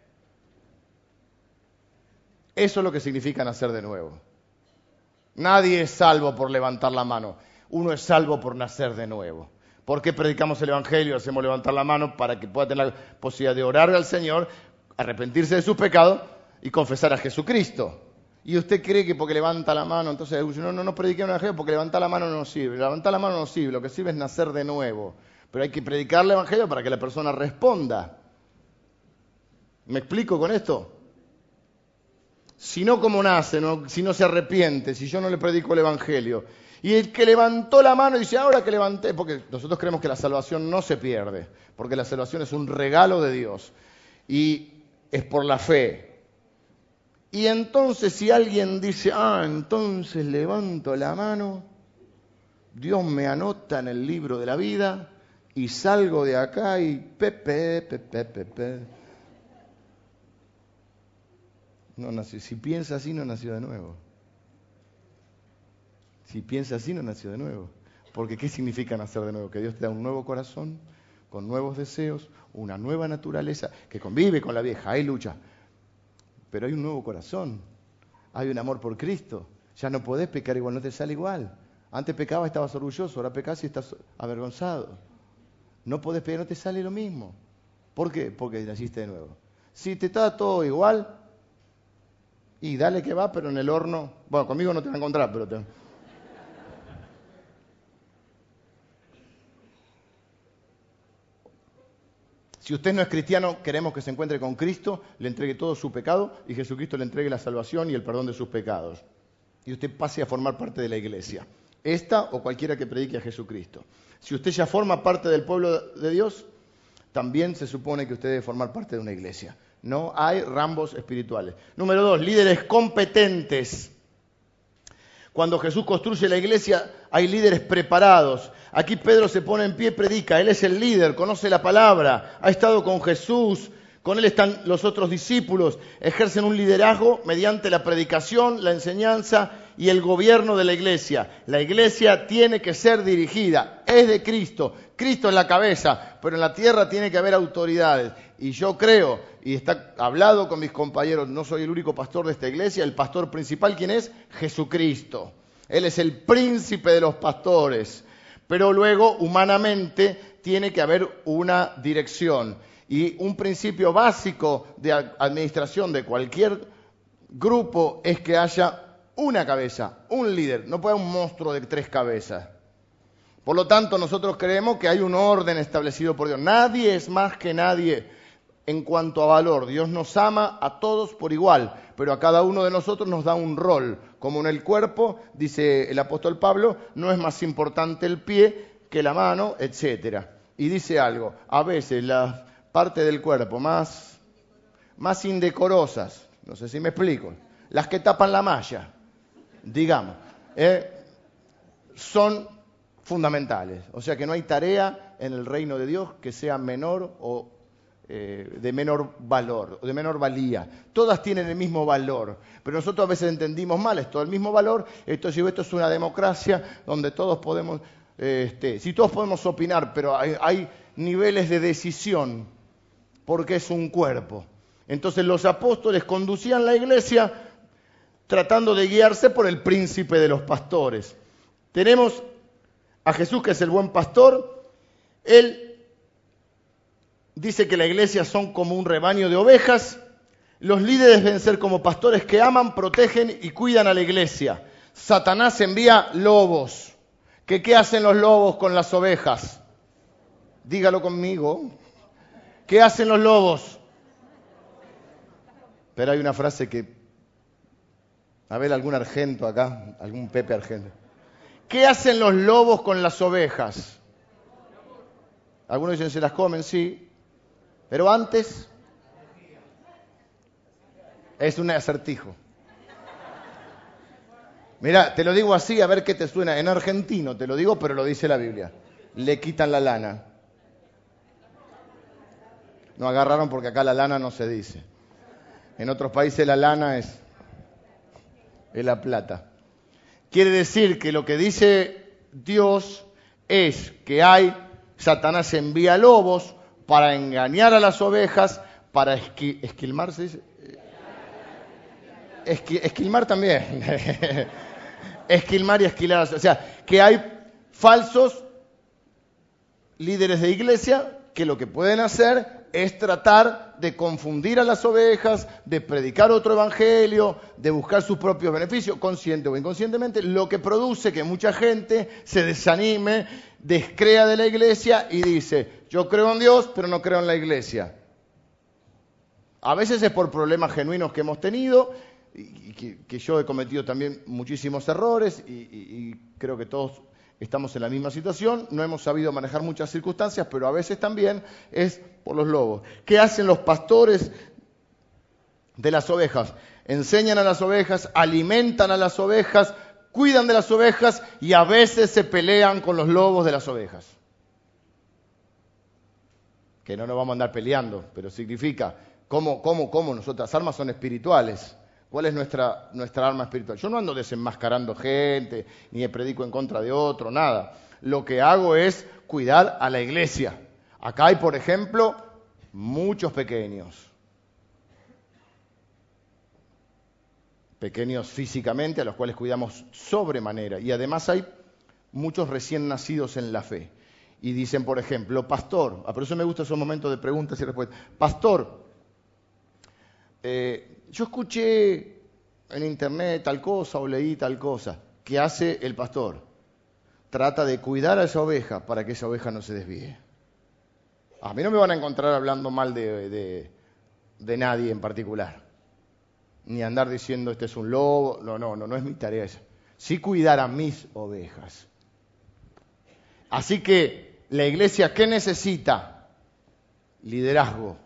Eso es lo que significa nacer de nuevo. Nadie es salvo por levantar la mano. Uno es salvo por nacer de nuevo. ¿Por qué predicamos el Evangelio? Hacemos levantar la mano para que pueda tener la posibilidad de orar al Señor, arrepentirse de sus pecados y confesar a Jesucristo. Y usted cree que porque levanta la mano, entonces no prediqué un Evangelio porque levantar la mano no sirve. Levantar la mano no sirve, lo que sirve es nacer de nuevo. Pero hay que predicar el Evangelio para que la persona responda. ¿Me explico con esto? Si no, ¿cómo nace? Si no se arrepiente, si yo no le predico el Evangelio. Y el que levantó la mano dice, ahora que levanté, porque nosotros creemos que la salvación no se pierde, porque la salvación es un regalo de Dios y es por la fe. Y entonces si alguien dice, entonces levanto la mano, Dios me anota en el libro de la vida y salgo de acá y No nació. Si piensa así, no nació de nuevo. Si piensa así, no nació de nuevo. Porque ¿qué significa nacer de nuevo? Que Dios te da un nuevo corazón, con nuevos deseos, una nueva naturaleza, que convive con la vieja, hay lucha. Pero hay un nuevo corazón, hay un amor por Cristo. Ya no podés pecar igual, no te sale igual. Antes pecabas y estabas orgulloso, ahora pecás y estás avergonzado. No podés pecar, no te sale lo mismo. ¿Por qué? Porque naciste de nuevo. Si te está todo igual, Y dale que va, pero en el horno... Bueno, conmigo no te va a encontrar, pero te... Si usted no es cristiano, queremos que se encuentre con Cristo, le entregue todo su pecado y Jesucristo le entregue la salvación y el perdón de sus pecados. Y usted pase a formar parte de la iglesia, esta o cualquiera que predique a Jesucristo. Si usted ya forma parte del pueblo de Dios, también se supone que usted debe formar parte de una iglesia. No hay rambos espirituales. Número 2, líderes competentes. Cuando Jesús construye la iglesia, hay líderes preparados. Aquí Pedro se pone en pie y predica. Él es el líder, conoce la palabra, ha estado con Jesús. Con él están los otros discípulos. Ejercen un liderazgo mediante la predicación, la enseñanza y el gobierno de la iglesia. La iglesia tiene que ser dirigida. Es de Cristo. Cristo es la cabeza, pero en la tierra tiene que haber autoridades. Y yo creo, y está hablado con mis compañeros, no soy el único pastor de esta iglesia, el pastor principal, ¿quién es? Jesucristo. Él es el príncipe de los pastores. Pero luego, humanamente, tiene que haber una dirección. Y un principio básico de administración de cualquier grupo es que haya una cabeza, un líder. No puede haber un monstruo de 3 cabezas. Por lo tanto, nosotros creemos que hay un orden establecido por Dios. Nadie es más que nadie en cuanto a valor. Dios nos ama a todos por igual, pero a cada uno de nosotros nos da un rol. Como en el cuerpo, dice el apóstol Pablo, no es más importante el pie que la mano, etc. Y dice algo, a veces las partes del cuerpo más indecorosas, no sé si me explico, las que tapan la malla, digamos, son fundamentales. O sea que no hay tarea en el reino de Dios que sea menor o de menor valor, o de menor valía. Todas tienen el mismo valor, pero nosotros a veces entendimos mal esto, el mismo valor. Esto es una democracia donde todos podemos, si todos podemos opinar, pero hay niveles de decisión, porque es un cuerpo. Entonces los apóstoles conducían la iglesia tratando de guiarse por el príncipe de los pastores. Tenemos a Jesús, que es el buen pastor. Él dice que la iglesia son como un rebaño de ovejas. Los líderes deben ser como pastores que aman, protegen y cuidan a la iglesia. Satanás envía lobos. ¿Qué hacen los lobos con las ovejas? Dígalo conmigo. ¿Qué hacen los lobos? Pero hay una frase que... A ver, algún argento acá, algún Pepe argento. ¿Qué hacen los lobos con las ovejas? Algunos dicen se las comen, sí. Pero antes es un acertijo. Mira, te lo digo así, a ver qué te suena. En argentino te lo digo, pero lo dice la Biblia. Le quitan la lana. No agarraron porque acá la lana no se dice. En otros países la lana es la plata. Quiere decir que lo que dice Dios es que Satanás envía lobos para engañar a las ovejas, para esquilmar, ¿se dice? Esquilmar también. Esquilmar y esquilar. O sea, que hay falsos líderes de iglesia que lo que pueden hacer es tratar de confundir a las ovejas, de predicar otro evangelio, de buscar sus propios beneficios, consciente o inconscientemente, lo que produce que mucha gente se desanime, descrea de la iglesia y dice, yo creo en Dios, pero no creo en la iglesia. A veces es por problemas genuinos que hemos tenido, y que yo he cometido también muchísimos errores, y creo que todos estamos en la misma situación, no hemos sabido manejar muchas circunstancias, pero a veces también es por los lobos. ¿Qué hacen los pastores de las ovejas? Enseñan a las ovejas, alimentan a las ovejas, cuidan de las ovejas y a veces se pelean con los lobos de las ovejas. Que no nos vamos a andar peleando, pero significa, ¿cómo nuestras armas son espirituales? ¿Cuál es nuestra arma espiritual? Yo no ando desenmascarando gente, ni me predico en contra de otro, nada. Lo que hago es cuidar a la iglesia. Acá hay, por ejemplo, muchos pequeños. Pequeños físicamente, a los cuales cuidamos sobremanera. Y además hay muchos recién nacidos en la fe. Y dicen, por ejemplo, pastor, por eso me gustan esos momentos de preguntas y respuestas. Pastor, yo escuché en internet tal cosa o leí tal cosa. ¿Qué hace el pastor? Trata de cuidar a esa oveja para que esa oveja no se desvíe. A mí no me van a encontrar hablando mal de nadie en particular. Ni andar diciendo este es un lobo. No es mi tarea esa. Sí cuidar a mis ovejas. Así que la iglesia, ¿qué necesita? Liderazgo.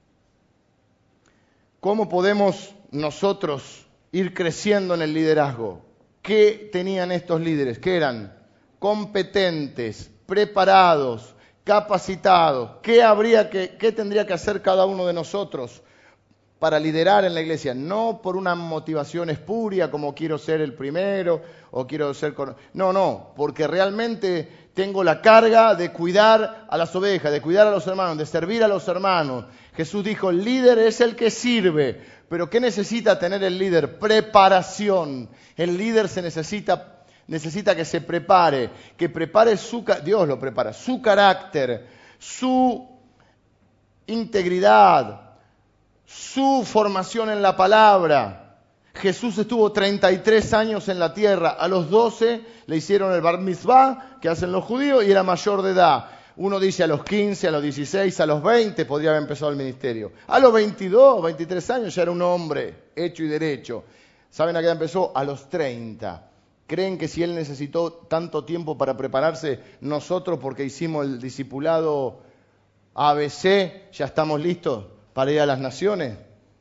¿Cómo podemos nosotros ir creciendo en el liderazgo? ¿Qué tenían estos líderes? ¿Qué eran? Competentes, preparados, capacitados. ¿Qué tendría que hacer cada uno de nosotros para liderar en la iglesia? No por una motivación espuria como quiero ser el primero o quiero ser... No, porque realmente tengo la carga de cuidar a las ovejas, de cuidar a los hermanos, de servir a los hermanos. Jesús dijo, el líder es el que sirve. Pero ¿qué necesita tener el líder? Preparación. El líder necesita que se prepare, que prepare Dios lo prepara, su carácter, su integridad, su formación en la palabra. Jesús estuvo 33 años en la tierra. A los 12 le hicieron el bar mitzvah, que hacen los judíos, y era mayor de edad. Uno dice a los 15, a los 16, a los 20 podría haber empezado el ministerio. A los 22, 23 años ya era un hombre hecho y derecho. ¿Saben a qué edad empezó? A los 30. ¿Creen que si él necesitó tanto tiempo para prepararse, nosotros porque hicimos el discipulado ABC, ya estamos listos para ir a las naciones?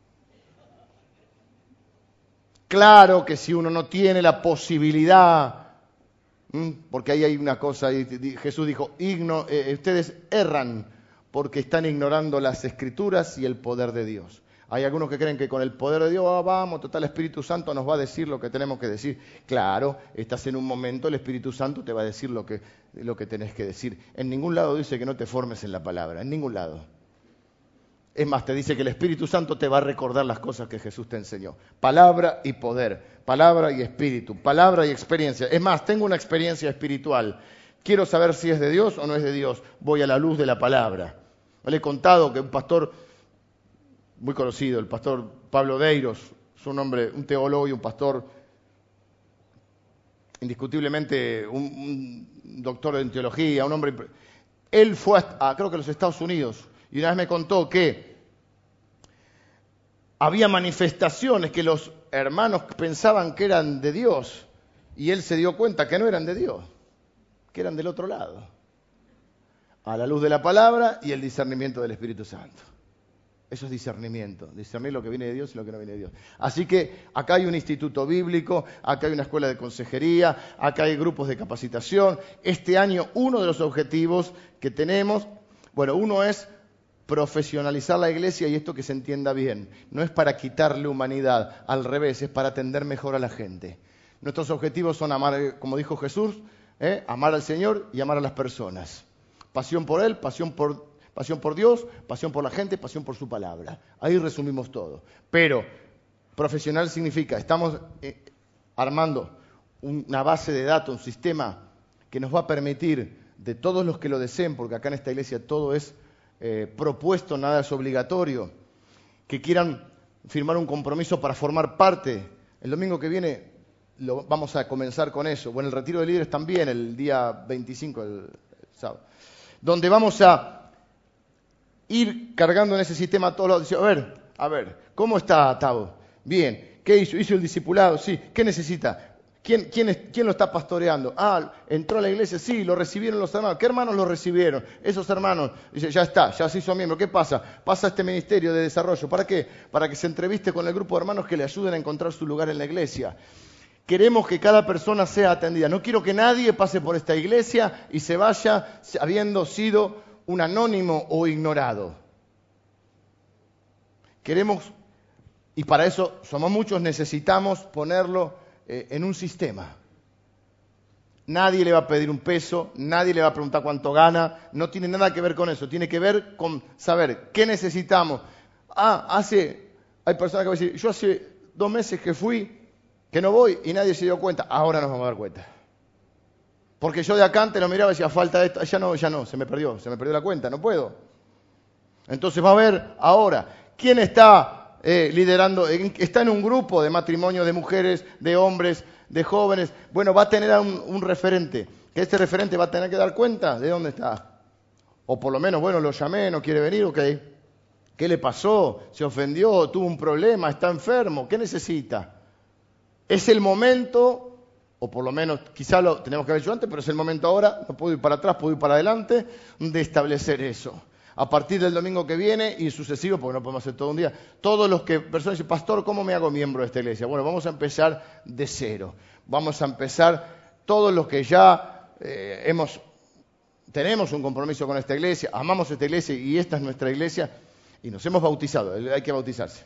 Claro que si uno no tiene la posibilidad, porque ahí hay una cosa, Jesús dijo, ustedes erran porque están ignorando las Escrituras y el poder de Dios. Hay algunos que creen que con el poder de Dios, vamos, total, el Espíritu Santo nos va a decir lo que tenemos que decir. Claro, estás en un momento, el Espíritu Santo te va a decir lo que tenés que decir. En ningún lado dice que no te formes en la palabra, en ningún lado. Es más, te dice que el Espíritu Santo te va a recordar las cosas que Jesús te enseñó. Palabra y poder, palabra y espíritu, palabra y experiencia. Es más, tengo una experiencia espiritual. Quiero saber si es de Dios o no es de Dios. Voy a la luz de la palabra. Le he contado que un pastor muy conocido, el pastor Pablo Deiros, es un hombre, un teólogo y un pastor, indiscutiblemente un doctor en teología, un hombre... Él fue creo que a los Estados Unidos, y una vez me contó que había manifestaciones que los hermanos pensaban que eran de Dios, y él se dio cuenta que no eran de Dios, que eran del otro lado, a la luz de la palabra y el discernimiento del Espíritu Santo. Eso es discernimiento, discernir lo que viene de Dios y lo que no viene de Dios. Así que acá hay un instituto bíblico, acá hay una escuela de consejería, acá hay grupos de capacitación. Este año uno de los objetivos que tenemos, uno es profesionalizar la iglesia, y esto que se entienda bien, no es para quitarle humanidad, al revés, es para atender mejor a la gente. Nuestros objetivos son amar, como dijo Jesús, amar al Señor y amar a las personas. Pasión por Él, pasión por Dios, pasión por la gente, pasión por su palabra. Ahí resumimos todo. Pero profesional significa, estamos armando una base de datos, un sistema que nos va a permitir, de todos los que lo deseen, porque acá en esta iglesia todo es propuesto, nada es obligatorio, que quieran firmar un compromiso para formar parte. El domingo que viene vamos a comenzar con eso. Bueno, el retiro de líderes también, el día 25, el sábado, donde vamos a ir cargando en ese sistema a todos lados. Dice, a ver, ¿cómo está Tavo? Bien. ¿Qué hizo? ¿Hizo el discipulado? Sí. ¿Qué necesita? ¿Quién lo está pastoreando? Entró a la iglesia, sí, lo recibieron los hermanos. ¿Qué hermanos lo recibieron? Esos hermanos. Dice, ya está, ya se hizo miembro. ¿Qué pasa? Pasa a este ministerio de desarrollo. ¿Para qué? Para que se entreviste con el grupo de hermanos que le ayuden a encontrar su lugar en la iglesia. Queremos que cada persona sea atendida. No quiero que nadie pase por esta iglesia y se vaya habiendo sido un anónimo o ignorado. Queremos, y para eso somos muchos, necesitamos ponerlo en un sistema. Nadie le va a pedir un peso, nadie le va a preguntar cuánto gana, no tiene nada que ver con eso, tiene que ver con saber qué necesitamos. Hay personas que van a decir, yo hace 2 meses que fui, que no voy y nadie se dio cuenta, ahora nos vamos a dar cuenta. Porque yo de acá antes lo miraba y decía, falta esto, ya no, se me perdió la cuenta, no puedo. Entonces va a ver ahora, ¿quién está liderando, está en un grupo de matrimonio de mujeres, de hombres, de jóvenes, bueno, va a tener a un referente, que este referente va a tener que dar cuenta de dónde está. O por lo menos, bueno, lo llamé, no quiere venir, ok. ¿Qué le pasó? ¿Se ofendió? ¿Tuvo un problema? ¿Está enfermo? ¿Qué necesita? Es el momento, o por lo menos quizá lo tenemos que haber hecho antes, pero es el momento ahora, no puedo ir para atrás, puedo ir para adelante, de establecer eso. A partir del domingo que viene y sucesivo, porque no podemos hacer todo un día, todos los que, personas dicen, pastor, ¿cómo me hago miembro de esta iglesia? Bueno, vamos a empezar de cero. Vamos a empezar todos los que ya tenemos un compromiso con esta iglesia, amamos esta iglesia y esta es nuestra iglesia y nos hemos bautizado, hay que bautizarse.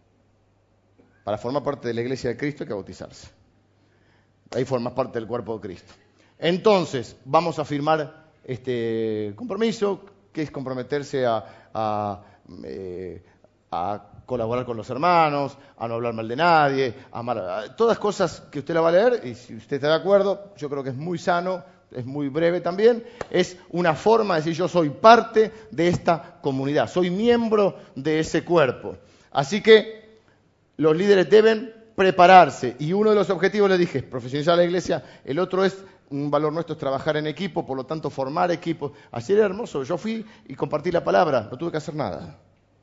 Para formar parte de la iglesia de Cristo hay que bautizarse. Ahí formas parte del cuerpo de Cristo. Entonces, vamos a firmar este compromiso, que es comprometerse a colaborar con los hermanos, a no hablar mal de nadie, a amar, todas cosas que usted la va a leer, y si usted está de acuerdo, yo creo que es muy sano, es muy breve también, es una forma de decir yo soy parte de esta comunidad, soy miembro de ese cuerpo. Así que los líderes deben prepararse, y uno de los objetivos, les dije, es profesionalizar la iglesia, el otro es, un valor nuestro es trabajar en equipo, por lo tanto formar equipos. Así era hermoso, yo fui y compartí la palabra, no tuve que hacer nada.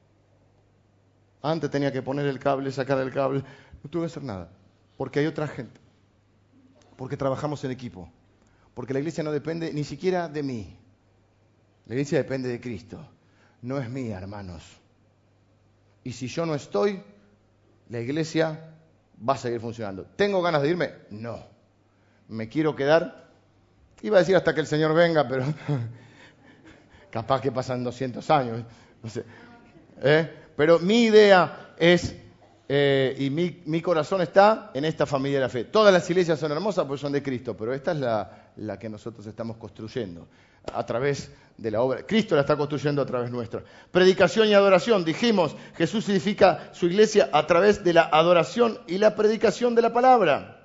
Antes tenía que poner el cable, sacar el cable, no tuve que hacer nada, porque hay otra gente, porque trabajamos en equipo, porque la iglesia no depende ni siquiera de mí, la iglesia depende de Cristo, no es mía, hermanos. Y si yo no estoy, la iglesia va a seguir funcionando. ¿Tengo ganas de irme? No. Me quiero quedar. Iba a decir hasta que el Señor venga, pero capaz que pasan 200 años. No sé. Pero mi idea es, y mi corazón está en esta familia de la fe. Todas las iglesias son hermosas porque son de Cristo, pero esta es la que nosotros estamos construyendo a través de la obra. Cristo la está construyendo a través nuestra. Predicación y adoración. Dijimos, Jesús edifica su iglesia a través de la adoración y la predicación de la palabra.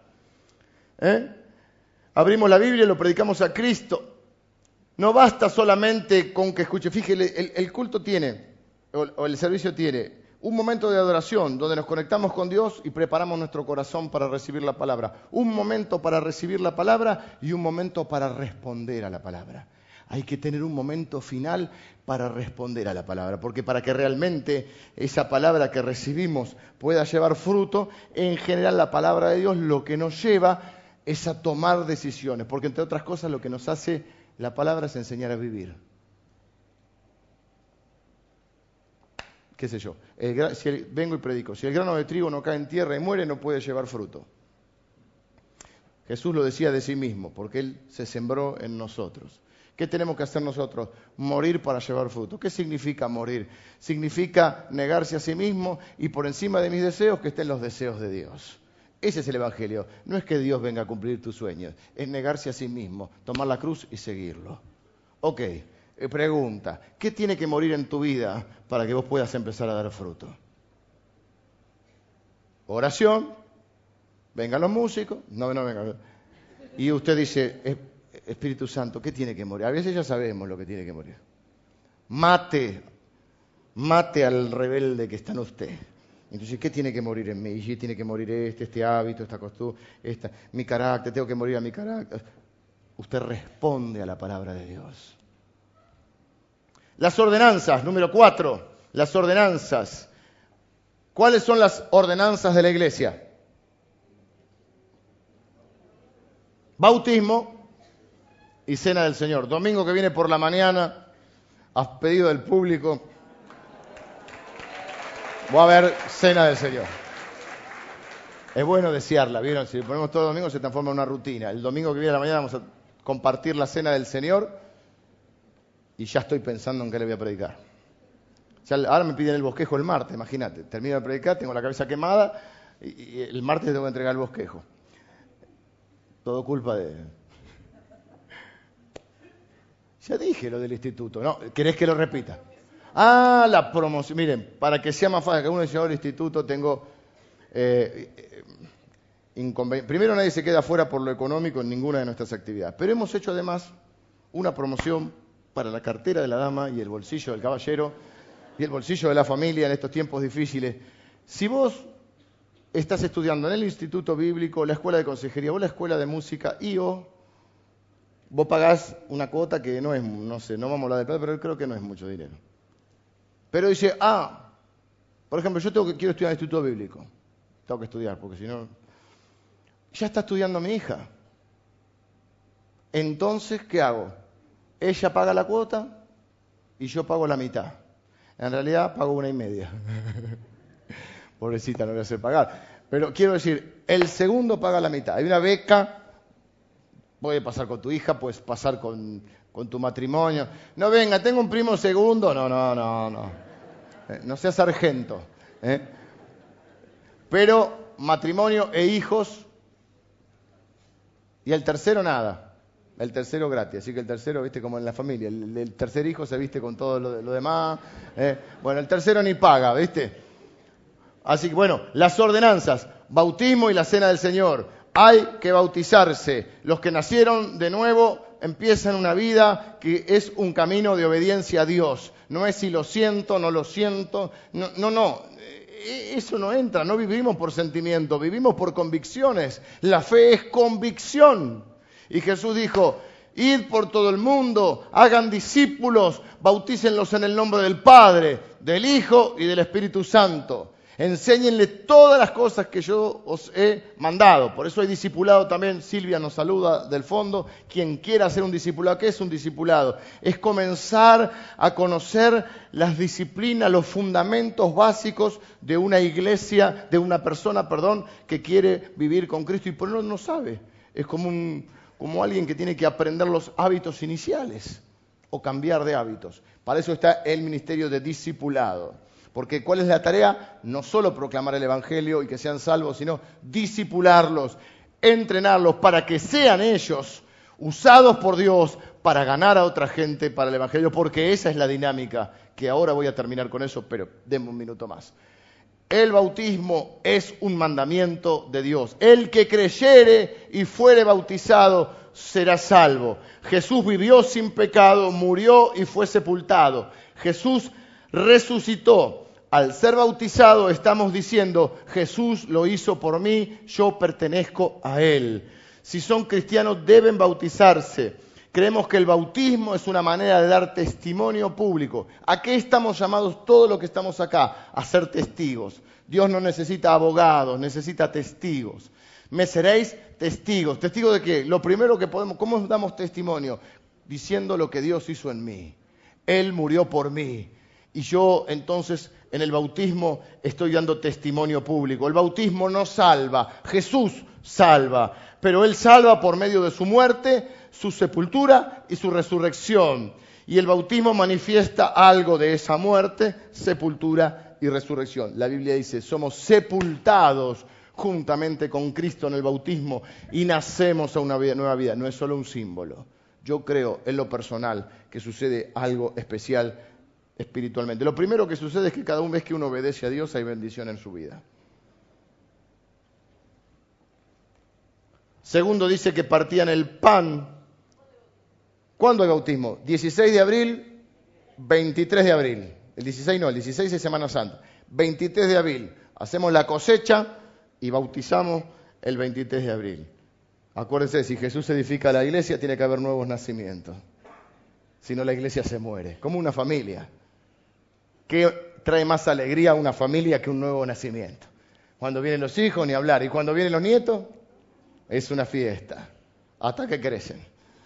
Abrimos la Biblia y lo predicamos a Cristo. No basta solamente con que escuche. Fíjese, el culto tiene, o el servicio tiene, un momento de adoración donde nos conectamos con Dios y preparamos nuestro corazón para recibir la palabra. Un momento para recibir la palabra y un momento para responder a la palabra. Hay que tener un momento final para responder a la palabra, porque para que realmente esa palabra que recibimos pueda llevar fruto, en general la palabra de Dios lo que nos lleva es a tomar decisiones, porque entre otras cosas lo que nos hace la palabra es enseñar a vivir. ¿Qué sé yo? Vengo y predico, si el grano de trigo no cae en tierra y muere, no puede llevar fruto. Jesús lo decía de sí mismo, porque Él se sembró en nosotros. ¿Qué tenemos que hacer nosotros? Morir para llevar fruto. ¿Qué significa morir? Significa negarse a sí mismo y por encima de mis deseos que estén los deseos de Dios. Ese es el Evangelio. No es que Dios venga a cumplir tus sueños, es negarse a sí mismo, tomar la cruz y seguirlo. Ok, pregunta, ¿qué tiene que morir en tu vida para que vos puedas empezar a dar fruto? Oración, vengan los músicos, no vengan. Y usted dice, Espíritu Santo, ¿qué tiene que morir? A veces ya sabemos lo que tiene que morir. Mate al rebelde que está en usted. Entonces, ¿qué tiene que morir en mí? Y tiene que morir este hábito, esta costumbre, mi carácter, tengo que morir a mi carácter. Usted responde a la palabra de Dios. Las ordenanzas, número 4, las ordenanzas. ¿Cuáles son las ordenanzas de la iglesia? Bautismo y cena del Señor. Domingo que viene por la mañana, a pedido del público, voy a ver cena del Señor. Es bueno desearla, ¿vieron? Si lo ponemos todo domingo se transforma en una rutina. El domingo que viene a la mañana vamos a compartir la cena del Señor y ya estoy pensando en qué le voy a predicar. Ya, ahora me piden el bosquejo el martes, imagínate. Termino de predicar, tengo la cabeza quemada y el martes tengo que entregar el bosquejo. Todo culpa de... Ya dije lo del instituto, ¿no? ¿Querés que lo repita? Ah, la promoción. Miren, para que sea más fácil, que uno dice, el instituto tengo... Primero, nadie se queda fuera por lo económico en ninguna de nuestras actividades. Pero hemos hecho además una promoción para la cartera de la dama y el bolsillo del caballero y el bolsillo de la familia en estos tiempos difíciles. Si vos estás estudiando en el instituto bíblico, la escuela de consejería o la escuela de música vos pagás una cuota que no es, no sé, no vamos a hablar de plata, pero creo que no es mucho dinero. Pero dice, por ejemplo, quiero estudiar en el instituto bíblico. Tengo que estudiar, porque si no... Ya está estudiando mi hija. Entonces, ¿qué hago? Ella paga la cuota y yo pago la mitad. En realidad pago 1,5. Pobrecita, no voy a hacer pagar. Pero quiero decir, el segundo paga la mitad. Hay una beca, puede pasar con tu hija, puedes pasar con tu matrimonio. No, venga, tengo un primo segundo. No. No seas sargento. Pero matrimonio e hijos, y el tercero nada. El tercero gratis, así que el tercero, viste, como en la familia, el tercer hijo se viste con todo lo demás. Bueno, el tercero ni paga, viste. Así que bueno, las ordenanzas, bautismo y la cena del Señor. Hay que bautizarse. Los que nacieron de nuevo empiezan una vida que es un camino de obediencia a Dios. No es si lo siento, no lo siento. No. Eso no entra, no vivimos por sentimiento, vivimos por convicciones. La fe es convicción. Y Jesús dijo, id por todo el mundo, hagan discípulos, bautícenlos en el nombre del Padre, del Hijo y del Espíritu Santo. Enséñenle todas las cosas que yo os he mandado. Por eso hay discipulado también. Silvia nos saluda del fondo. Quien quiera ser un discipulado, ¿qué es un discipulado? Es comenzar a conocer las disciplinas, los fundamentos básicos de una iglesia, de una persona, que quiere vivir con Cristo y por eso no sabe. Es como alguien que tiene que aprender los hábitos iniciales o cambiar de hábitos. Para eso está el ministerio de discipulado. Porque ¿cuál es la tarea? No solo proclamar el Evangelio y que sean salvos, sino discipularlos, entrenarlos para que sean ellos usados por Dios para ganar a otra gente para el Evangelio, porque esa es la dinámica, que ahora voy a terminar con eso, pero denme un minuto más. El bautismo es un mandamiento de Dios. El que creyere y fuere bautizado será salvo. Jesús vivió sin pecado, murió y fue sepultado. Jesús resucitó. Al ser bautizado estamos diciendo, Jesús lo hizo por mí, yo pertenezco a Él. Si son cristianos deben bautizarse. Creemos que el bautismo es una manera de dar testimonio público. ¿A qué estamos llamados todos los que estamos acá? A ser testigos. Dios no necesita abogados, necesita testigos. Me seréis testigos. ¿Testigos de qué? Lo primero que podemos, ¿cómo damos testimonio? Diciendo lo que Dios hizo en mí. Él murió por mí. Y yo entonces en el bautismo estoy dando testimonio público. El bautismo no salva, Jesús salva, pero Él salva por medio de su muerte, su sepultura y su resurrección. Y el bautismo manifiesta algo de esa muerte, sepultura y resurrección. La Biblia dice, somos sepultados juntamente con Cristo en el bautismo y nacemos a una nueva vida. No es solo un símbolo. Yo creo en lo personal que sucede algo especial espiritualmente. Lo primero que sucede es que cada vez que uno obedece a Dios hay bendición en su vida. Segundo, dice que partían el pan. ¿Cuándo hay bautismo? 16 de abril, 23 de abril. El 16 no, el 16 es Semana Santa. 23 de abril. Hacemos la cosecha y bautizamos el 23 de abril. Acuérdense, si Jesús edifica la iglesia, tiene que haber nuevos nacimientos. Si no, la iglesia se muere. Como una familia. ¿Qué trae más alegría a una familia que un nuevo nacimiento? Cuando vienen los hijos, ni hablar. Y cuando vienen los nietos, es una fiesta. Hasta que crecen.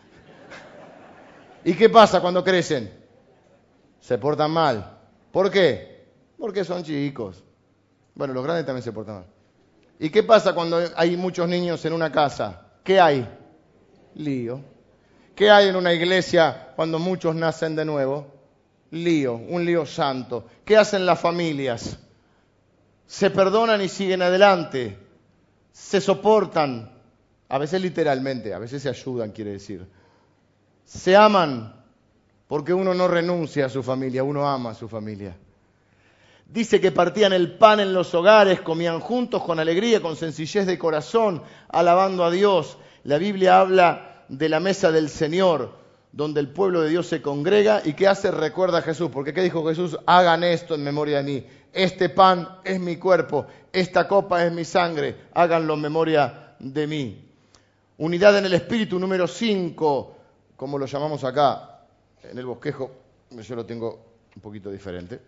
¿Y qué pasa cuando crecen? Se portan mal. ¿Por qué? Porque son chicos. Bueno, los grandes también se portan mal. ¿Y qué pasa cuando hay muchos niños en una casa? ¿Qué hay? Lío. ¿Qué hay en una iglesia cuando muchos nacen de nuevo? Lío, un lío santo. ¿Qué hacen las familias? Se perdonan y siguen adelante. Se soportan. A veces literalmente, a veces se ayudan, quiere decir. Se aman, porque uno no renuncia a su familia, uno ama a su familia. Dice que partían el pan en los hogares, comían juntos con alegría, con sencillez de corazón, alabando a Dios. La Biblia habla de la mesa del Señor, donde el pueblo de Dios se congrega y ¿qué hace? Recuerda a Jesús. Porque ¿qué dijo Jesús? Hagan esto en memoria de mí. este pan es mi cuerpo, esta copa es mi sangre, háganlo en memoria de mí. Unidad en el espíritu, número 5, como lo llamamos acá en el bosquejo, yo lo tengo un poquito diferente.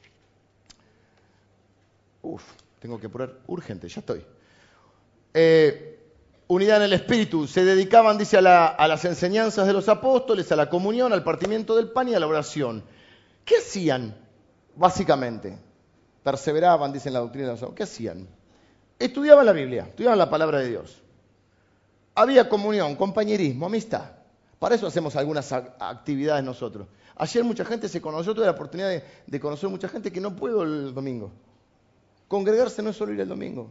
Tengo que poner urgente, ya estoy. Unidad en el espíritu, se dedicaban, dice, a las enseñanzas de los apóstoles, a la comunión, al partimiento del pan y a la oración. ¿Qué hacían, básicamente? Perseveraban, dicen la doctrina de los apóstoles. ¿Qué hacían? Estudiaban la Biblia, estudiaban la palabra de Dios. Había comunión, compañerismo, amistad. Para eso hacemos algunas actividades nosotros. Ayer mucha gente se conoció, tuve la oportunidad de conocer mucha gente que no pudo el domingo. Congregarse no es solo ir el domingo.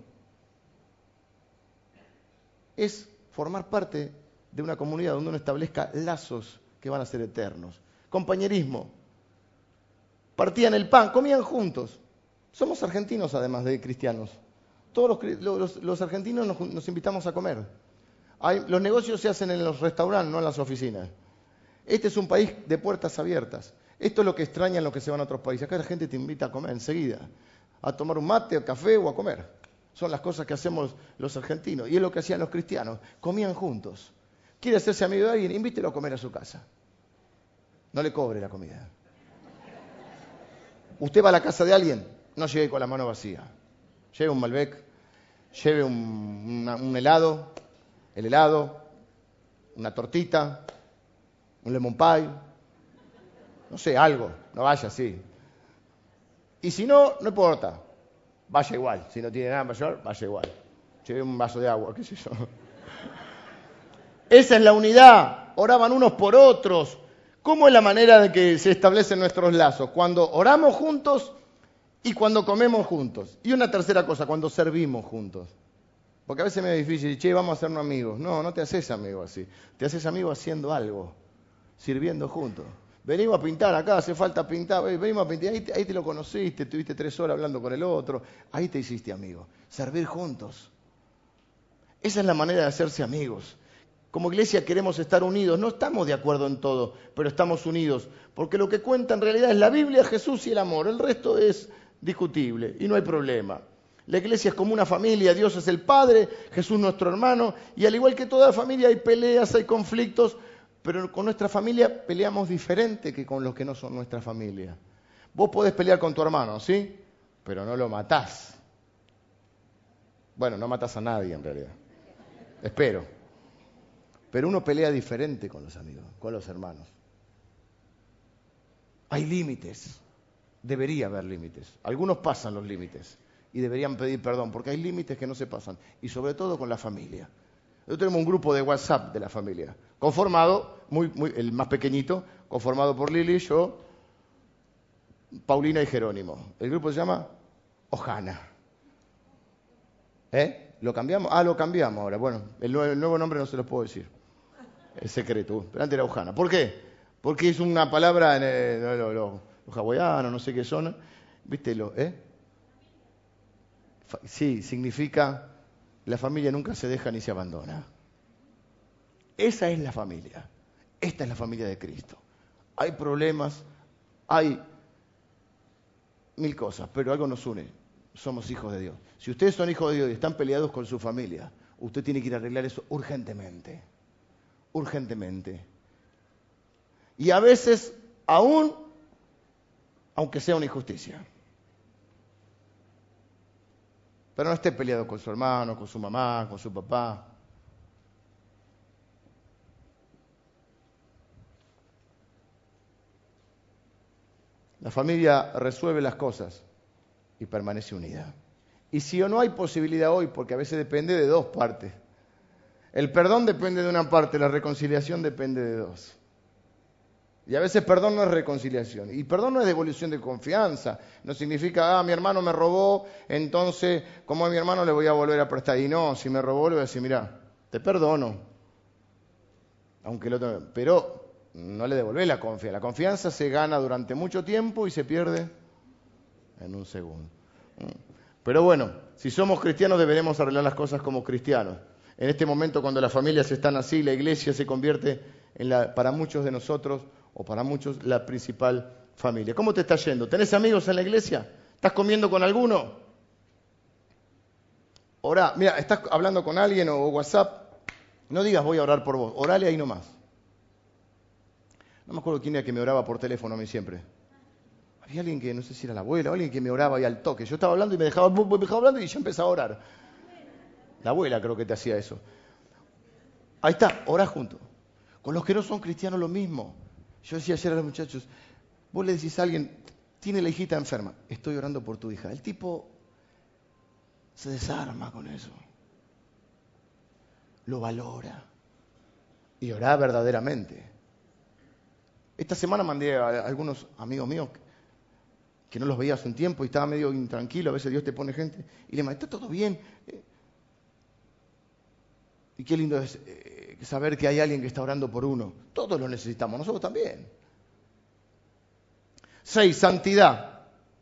Es formar parte de una comunidad donde uno establezca lazos que van a ser eternos. Compañerismo. Partían el pan, comían juntos. Somos argentinos además de cristianos. Todos los argentinos nos invitamos a comer. Los negocios se hacen en los restaurantes, no en las oficinas. Este es un país de puertas abiertas. Esto es lo que extrañan los que se van a otros países. Acá la gente te invita a comer enseguida. A tomar un mate, a café o a comer. Son las cosas que hacemos los argentinos. Y es lo que hacían los cristianos. Comían juntos. ¿Quiere hacerse amigo de alguien? Invítelo a comer a su casa. No le cobre la comida. Usted va a la casa de alguien, no llegue con la mano vacía. Lleve un Malbec, lleve un helado, el helado, una tortita, un lemon pie, no sé, algo. No vaya así. Y si no, no importa. Vaya igual. Si no tiene nada mayor, vaya igual. Lleve un vaso de agua, qué sé yo. Esa es la unidad. Oraban unos por otros. ¿Cómo es la manera de que se establecen nuestros lazos? Cuando oramos juntos y cuando comemos juntos. Y una tercera cosa, cuando servimos juntos. Porque a veces me es difícil, che, vamos a hacernos amigos. No te haces amigo así. Te haces amigo haciendo algo, sirviendo juntos. Venimos a pintar acá, hace falta pintar, venimos a pintar, ahí te lo conociste, tuviste 3 horas hablando con el otro, ahí te hiciste amigo. Servir juntos. Esa es la manera de hacerse amigos. Como iglesia queremos estar unidos, no estamos de acuerdo en todo, pero estamos unidos, porque lo que cuenta en realidad es la Biblia, Jesús y el amor, el resto es discutible y no hay problema. La iglesia es como una familia, Dios es el Padre, Jesús nuestro hermano, y al igual que toda familia hay peleas, hay conflictos, pero con nuestra familia peleamos diferente que con los que no son nuestra familia. Vos podés pelear con tu hermano, ¿sí? Pero no lo matás. Bueno, no matás a nadie en realidad, espero. Pero uno pelea diferente con los amigos, con los hermanos. Hay límites, debería haber límites. Algunos pasan los límites y deberían pedir perdón, porque hay límites que no se pasan, y sobre todo con la familia. Nosotros tenemos un grupo de WhatsApp de la familia, conformado, el más pequeñito, conformado por Lili, yo, Paulina y Jerónimo. El grupo se llama Ojana. ¿Lo cambiamos? Lo cambiamos ahora. Bueno, el nuevo nombre no se los puedo decir. Es secreto. Pero antes era Ojana. ¿Por qué? Porque es una palabra en los hawaianos, no sé qué son. ¿Viste? Sí, significa la familia nunca se deja ni se abandona. Esa es la familia. Esta es la familia de Cristo. Hay problemas, hay 1000 cosas, pero algo nos une. Somos hijos de Dios. Si ustedes son hijos de Dios y están peleados con su familia, usted tiene que ir a arreglar eso urgentemente. Urgentemente. Y a veces, aunque sea una injusticia. Pero no esté peleado con su hermano, con su mamá, con su papá. La familia resuelve las cosas y permanece unida. Y si o no hay posibilidad hoy, porque a veces depende de 2 partes. El perdón depende de una parte, la reconciliación depende de 2. Y a veces perdón no es reconciliación. Y perdón no es devolución de confianza. No significa, mi hermano me robó, entonces, como a mi hermano le voy a volver a prestar. Y no, si me robó le voy a decir, mira, te perdono. Aunque el otro... Pero no le devolvés la confianza. La confianza se gana durante mucho tiempo y se pierde en un segundo. Pero bueno, si somos cristianos deberemos arreglar las cosas como cristianos. En este momento, cuando las familias están así, la iglesia se convierte para muchos de nosotros, o para muchos, la principal familia. ¿Cómo te está yendo? ¿Tenés amigos en la iglesia? ¿Estás comiendo con alguno? Orá. Mira, estás hablando con alguien o WhatsApp. No digas voy a orar por vos. Orale ahí nomás. No me acuerdo quién era que me oraba por teléfono a mí siempre. Había alguien que, no sé si era la abuela o alguien que me oraba ahí al toque. Yo estaba hablando y me dejaba hablando y ya empezaba a orar. La abuela creo que te hacía eso. Ahí está, orá juntos. Con los que no son cristianos lo mismo. Yo decía ayer a los muchachos, vos le decís a alguien, tiene la hijita enferma, estoy orando por tu hija. El tipo se desarma con eso. Lo valora. Y orá verdaderamente. Esta semana mandé a algunos amigos míos que no los veía hace un tiempo y estaba medio intranquilo, a veces Dios te pone gente, y le mandé, ¿está todo bien? Y qué lindo es saber que hay alguien que está orando por uno. Todos lo necesitamos, nosotros también. 6, santidad.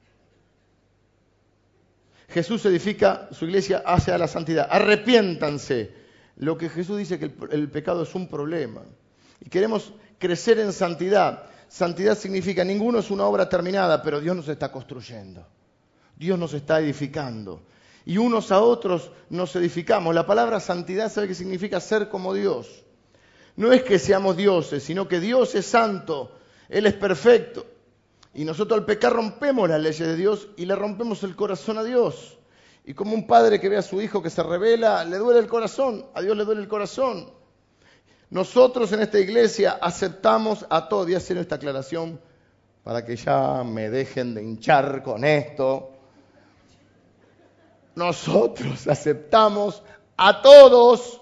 Jesús edifica su iglesia hacia la santidad. Arrepiéntanse. Lo que Jesús dice que el pecado es un problema. Y queremos crecer en santidad. Santidad significa, ninguno es una obra terminada, pero Dios nos está construyendo. Dios nos está edificando. Y unos a otros nos edificamos. La palabra santidad, ¿sabe qué significa? Ser como Dios. No es que seamos dioses, sino que Dios es santo. Él es perfecto. Y nosotros al pecar rompemos las leyes de Dios y le rompemos el corazón a Dios. Y como un padre que ve a su hijo que se rebela, le duele el corazón. A Dios le duele el corazón. Nosotros en esta iglesia aceptamos a todos. Voy a hacer esta aclaración para que ya me dejen de hinchar con esto. Nosotros aceptamos a todos.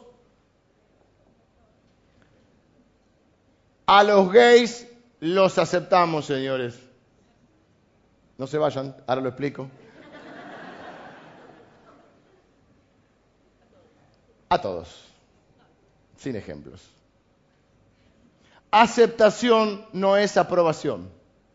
A los gays los aceptamos, señores. No se vayan, ahora lo explico. A todos, sin ejemplos. Aceptación no es aprobación.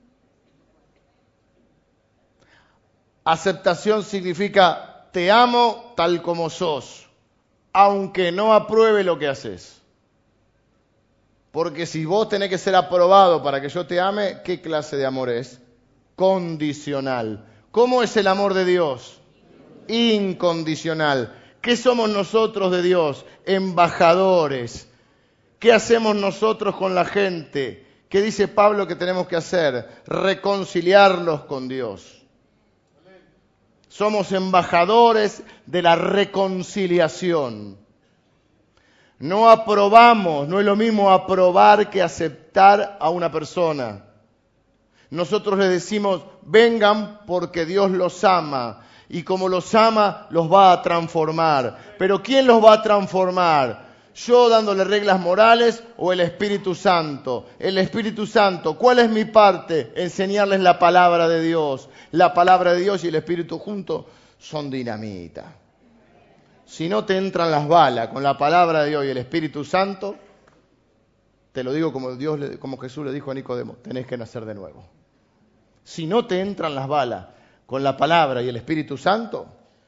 Aceptación significa te amo tal como sos, aunque no apruebe lo que haces. Porque si vos tenés que ser aprobado para que yo te ame, ¿qué clase de amor es? Condicional. ¿Cómo es el amor de Dios? Incondicional. ¿Qué somos nosotros de Dios? Embajadores. ¿Qué hacemos nosotros con la gente? ¿Qué dice Pablo que tenemos que hacer? Reconciliarlos con Dios. Somos embajadores de la reconciliación. No aprobamos, no es lo mismo aprobar que aceptar a una persona. Nosotros les decimos, vengan porque Dios los ama. Y como los ama, los va a transformar. Pero ¿quién los va a transformar? ¿Yo dándole reglas morales o el Espíritu Santo? El Espíritu Santo. ¿Cuál es mi parte? Enseñarles la palabra de Dios. La palabra de Dios y el Espíritu juntos son dinamita. Si no te entran las balas con la palabra de Dios y el Espíritu Santo, te lo digo como Jesús le dijo a Nicodemo, tenés que nacer de nuevo. Si no te entran las balas con la palabra y el Espíritu Santo,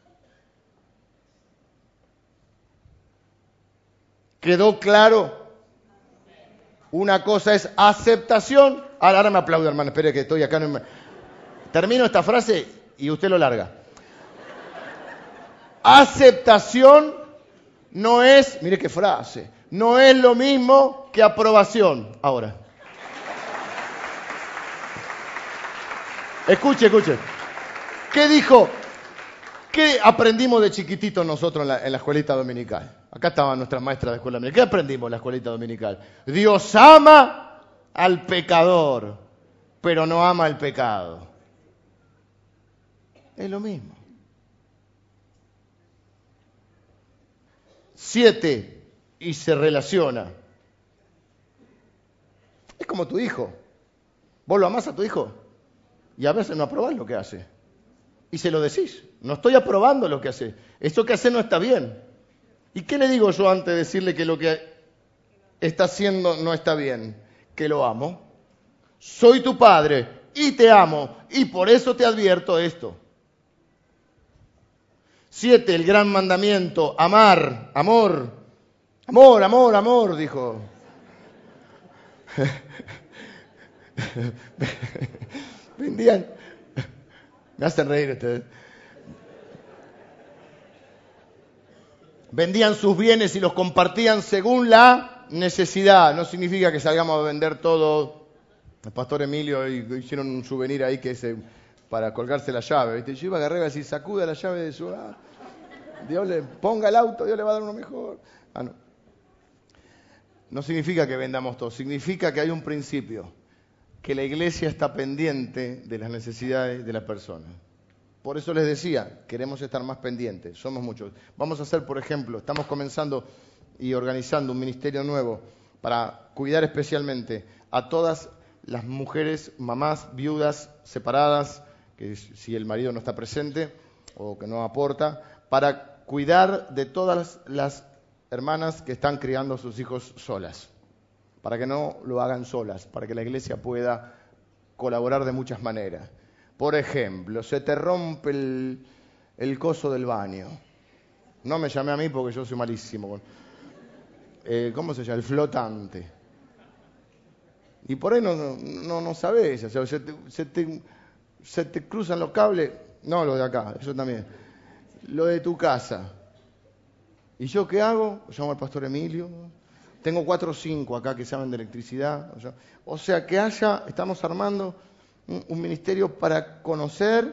¿quedó claro? Una cosa es aceptación. Ahora me aplaude, hermano, espere que estoy acá. Termino esta frase y usted lo larga. Aceptación no es, mire qué frase, no es lo mismo que aprobación. Ahora. Escuche. ¿Qué dijo? ¿Qué aprendimos de chiquititos nosotros en la escuelita dominical? Acá estaban nuestras maestras de escuela dominical. ¿Qué aprendimos en la escuelita dominical? Dios ama al pecador, pero no ama el pecado. Es lo mismo. 7, y se relaciona. Es como tu hijo. ¿Vos lo amás a tu hijo? Y a veces no aprobás lo que hace. Y se lo decís. No estoy aprobando lo que hace. Esto que hace no está bien. ¿Y qué le digo yo antes de decirle que lo que está haciendo no está bien? Que lo amo. Soy tu padre y te amo. Y por eso te advierto esto. 7, el gran mandamiento, amar, amor, dijo. Vendían Me hacen reír ustedes. Vendían sus bienes y los compartían según la necesidad. No significa que salgamos a vender todo. El pastor Emilio hicieron un souvenir ahí que es para colgarse la llave. ¿Viste? Yo iba a agarrar y decir, sacuda la llave de su... Dios le ponga el auto, Dios le va a dar uno mejor. No. No significa que vendamos todo. Significa que hay un principio. Que la iglesia está pendiente de las necesidades de las personas. Por eso les decía, queremos estar más pendientes, somos muchos. Vamos a hacer, por ejemplo, estamos comenzando y organizando un ministerio nuevo para cuidar especialmente a todas las mujeres, mamás, viudas, separadas, que si el marido no está presente o que no aporta, para cuidar de todas las hermanas que están criando a sus hijos solas, para que no lo hagan solas, para que la iglesia pueda colaborar de muchas maneras. Por ejemplo, se te rompe el coso del baño. No me llamé a mí porque yo soy malísimo. ¿Cómo se llama? El flotante. Y por ahí no sabés. O sea, se te cruzan los cables. No, lo de acá, eso también. Lo de tu casa. ¿Y yo qué hago? Llamo al pastor Emilio. Tengo 4 o 5 acá que saben de electricidad. O sea que estamos armando un ministerio para conocer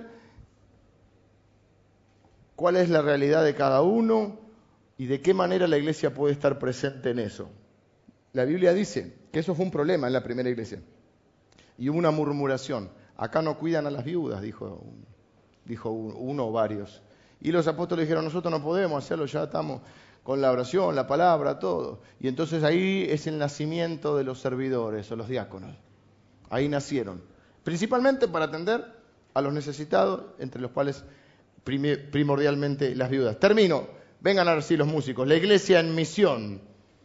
cuál es la realidad de cada uno y de qué manera la iglesia puede estar presente en eso. La Biblia dice que eso fue un problema en la primera iglesia. Y hubo una murmuración. Acá no cuidan a las viudas, dijo uno o varios. Y los apóstoles dijeron, nosotros no podemos hacerlo, ya estamos con la oración, la palabra, todo. Y entonces ahí es el nacimiento de los servidores o los diáconos. Ahí nacieron. Principalmente para atender a los necesitados, entre los cuales primordialmente las viudas. Termino. Vengan ahora sí los músicos. La iglesia en misión.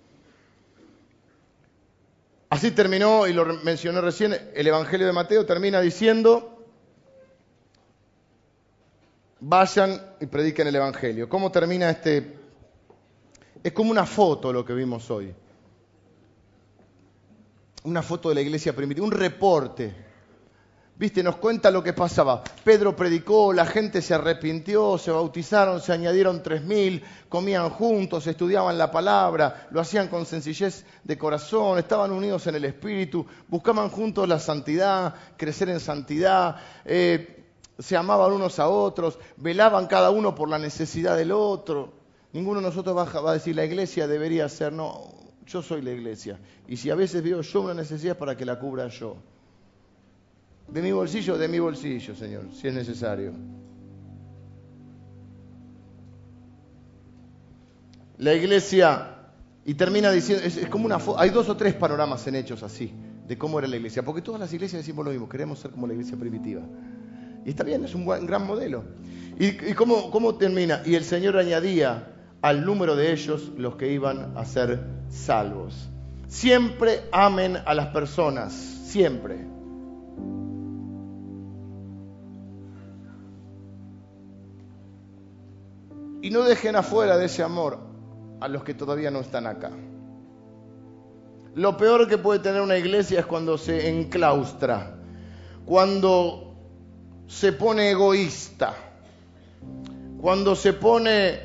Así terminó, y lo mencioné recién, el Evangelio de Mateo termina diciendo, vayan y prediquen el Evangelio. ¿Cómo termina este? Es como una foto lo que vimos hoy. Una foto de la iglesia primitiva, un reporte. ¿Viste? Nos cuenta lo que pasaba. Pedro predicó, la gente se arrepintió, se bautizaron, se añadieron 3.000, comían juntos, estudiaban la palabra, lo hacían con sencillez de corazón, estaban unidos en el Espíritu, buscaban juntos la santidad, crecer en santidad, se amaban unos a otros, velaban cada uno por la necesidad del otro. Ninguno de nosotros va a decir la iglesia debería ser, no, yo soy la iglesia. Y si a veces veo yo una necesidad para que la cubra yo. De mi bolsillo, Señor, si es necesario. La iglesia, y termina diciendo, es como una foto, hay 2 o 3 panoramas en Hechos así, de cómo era la iglesia, porque todas las iglesias decimos lo mismo, queremos ser como la iglesia primitiva. Y está bien, es un gran modelo. ¿Y cómo termina? Y el Señor añadía al número de ellos los que iban a ser salvos. Siempre amen a las personas, siempre. Y no dejen afuera de ese amor a los que todavía no están acá. Lo peor que puede tener una iglesia es cuando se enclaustra, cuando se pone egoísta, cuando se pone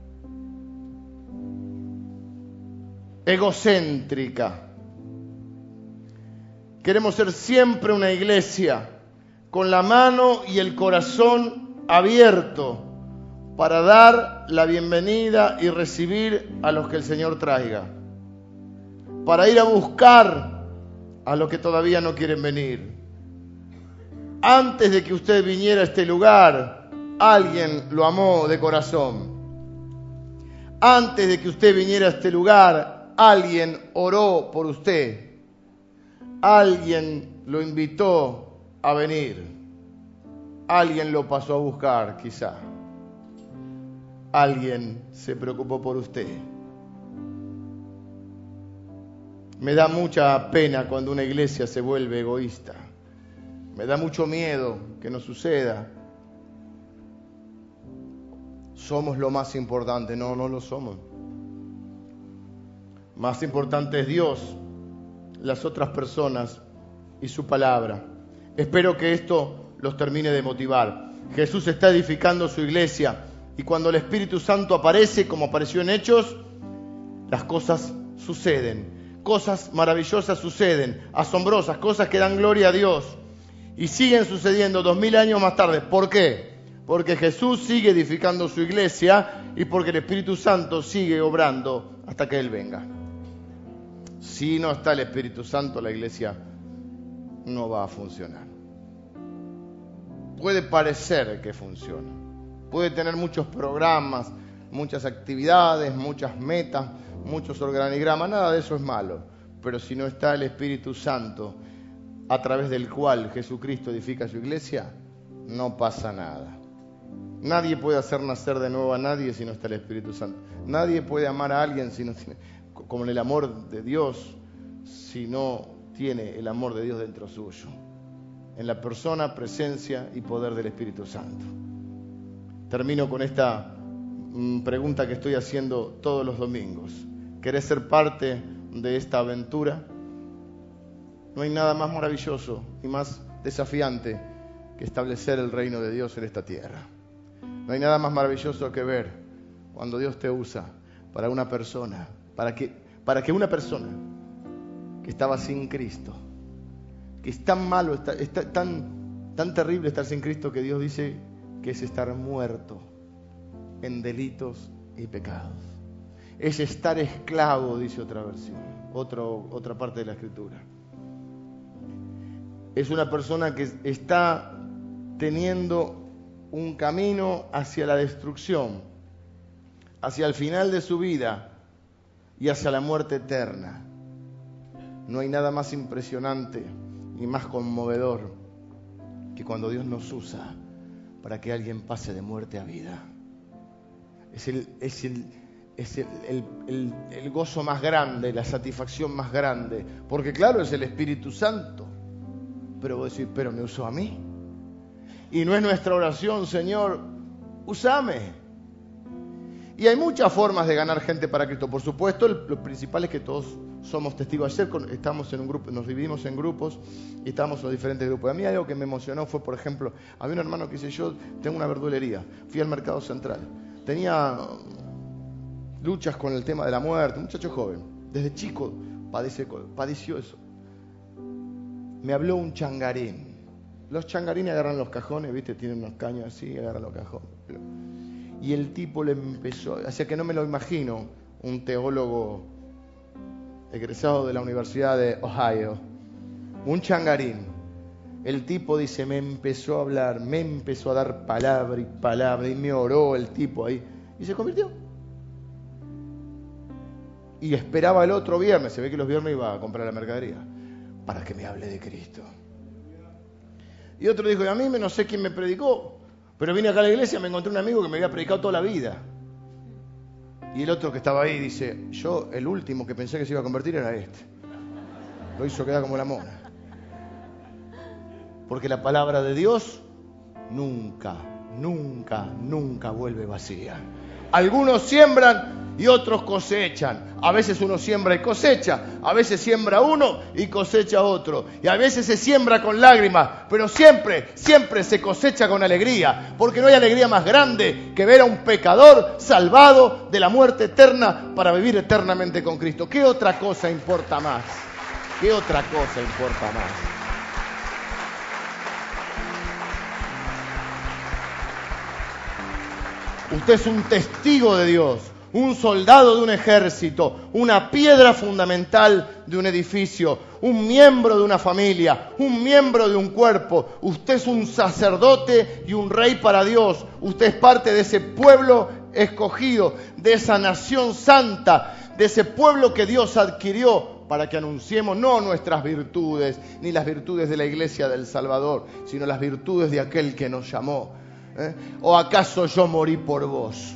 egocéntrica. Queremos ser siempre una iglesia con la mano y el corazón abierto para dar la bienvenida y recibir a los que el Señor traiga. Para ir a buscar a los que todavía no quieren venir. Antes de que usted viniera a este lugar, alguien lo amó de corazón. Antes de que usted viniera a este lugar, alguien oró por usted. Alguien lo invitó a venir. Alguien lo pasó a buscar, quizá. Alguien se preocupó por usted. Me da mucha pena cuando una iglesia se vuelve egoísta. Me da mucho miedo que nos suceda. Somos lo más importante. No lo somos. Más importante es Dios, las otras personas y su palabra. Espero que esto los termine de motivar. Jesús está edificando su iglesia. Y cuando el Espíritu Santo aparece, como apareció en Hechos, las cosas suceden. Cosas maravillosas suceden, asombrosas, cosas que dan gloria a Dios. Y siguen sucediendo 2000 años más tarde. ¿Por qué? Porque Jesús sigue edificando su iglesia y porque el Espíritu Santo sigue obrando hasta que Él venga. Si no está el Espíritu Santo, la iglesia no va a funcionar. Puede parecer que funciona. Puede tener muchos programas, muchas actividades, muchas metas, muchos organigramas. Nada de eso es malo. Pero si no está el Espíritu Santo, a través del cual Jesucristo edifica su iglesia, no pasa nada. Nadie puede hacer nacer de nuevo a nadie si no está el Espíritu Santo. Nadie puede amar a alguien si no tiene, como el amor de Dios, si no tiene el amor de Dios dentro suyo. En la persona, presencia y poder del Espíritu Santo. Termino con esta pregunta que estoy haciendo todos los domingos. ¿Querés ser parte de esta aventura? No hay nada más maravilloso y más desafiante que establecer el reino de Dios en esta tierra. No hay nada más maravilloso que ver cuando Dios te usa para una persona, para que una persona que estaba sin Cristo, que es tan malo, está tan terrible estar sin Cristo, que Dios dice que es estar muerto en delitos y pecados. Es estar esclavo, dice otra versión, otra parte de la Escritura. Es una persona que está teniendo un camino hacia la destrucción, hacia el final de su vida y hacia la muerte eterna. No hay nada más impresionante y más conmovedor que cuando Dios nos usa para que alguien pase de muerte a vida. Es el gozo más grande, la satisfacción más grande, porque claro, es el Espíritu Santo. Pero vos decís, pero me usó a mí. Y no es nuestra oración, Señor, úsame. Y hay muchas formas de ganar gente para Cristo. Por supuesto, lo principal es que todos somos testigos. Ayer estamos en un grupo, nos dividimos en grupos y estamos en los diferentes grupos. A mí algo que me emocionó fue, por ejemplo, había un hermano que dice, yo tengo una verdulería, fui al mercado central. Tenía luchas con el tema de la muerte, un muchacho joven, desde chico padeció eso. Me habló un changarín. Los changarines agarran los cajones, ¿viste? Tienen unos caños así, agarran los cajones. Y el tipo le empezó, o que no me lo imagino, un teólogo egresado de la Universidad de Ohio, un changarín. El tipo dice, me empezó a hablar, me empezó a dar palabra y palabra, y me oró el tipo ahí, y se convirtió. Y esperaba el otro viernes, se ve que los viernes iba a comprar la mercadería, para que me hable de Cristo. Y otro dijo, y a mí no sé quién me predicó, pero vine acá a la iglesia, me encontré un amigo que me había predicado toda la vida. Y el otro que estaba ahí dice, yo el último que pensé que se iba a convertir era este. Lo hizo quedar como la mona. Porque la palabra de Dios nunca, nunca, nunca vuelve vacía. Algunos siembran y otros cosechan. A veces uno siembra y cosecha, a veces siembra uno y cosecha otro. Y a veces se siembra con lágrimas, pero siempre, siempre se cosecha con alegría. Porque no hay alegría más grande que ver a un pecador salvado de la muerte eterna para vivir eternamente con Cristo. ¿Qué otra cosa importa más? ¿Qué otra cosa importa más? Usted es un testigo de Dios, un soldado de un ejército, una piedra fundamental de un edificio, un miembro de una familia, un miembro de un cuerpo. Usted es un sacerdote y un rey para Dios. Usted es parte de ese pueblo escogido, de esa nación santa, de ese pueblo que Dios adquirió para que anunciemos no nuestras virtudes, ni las virtudes de la Iglesia del Salvador, sino las virtudes de aquel que nos llamó. ¿O acaso yo morí por vos?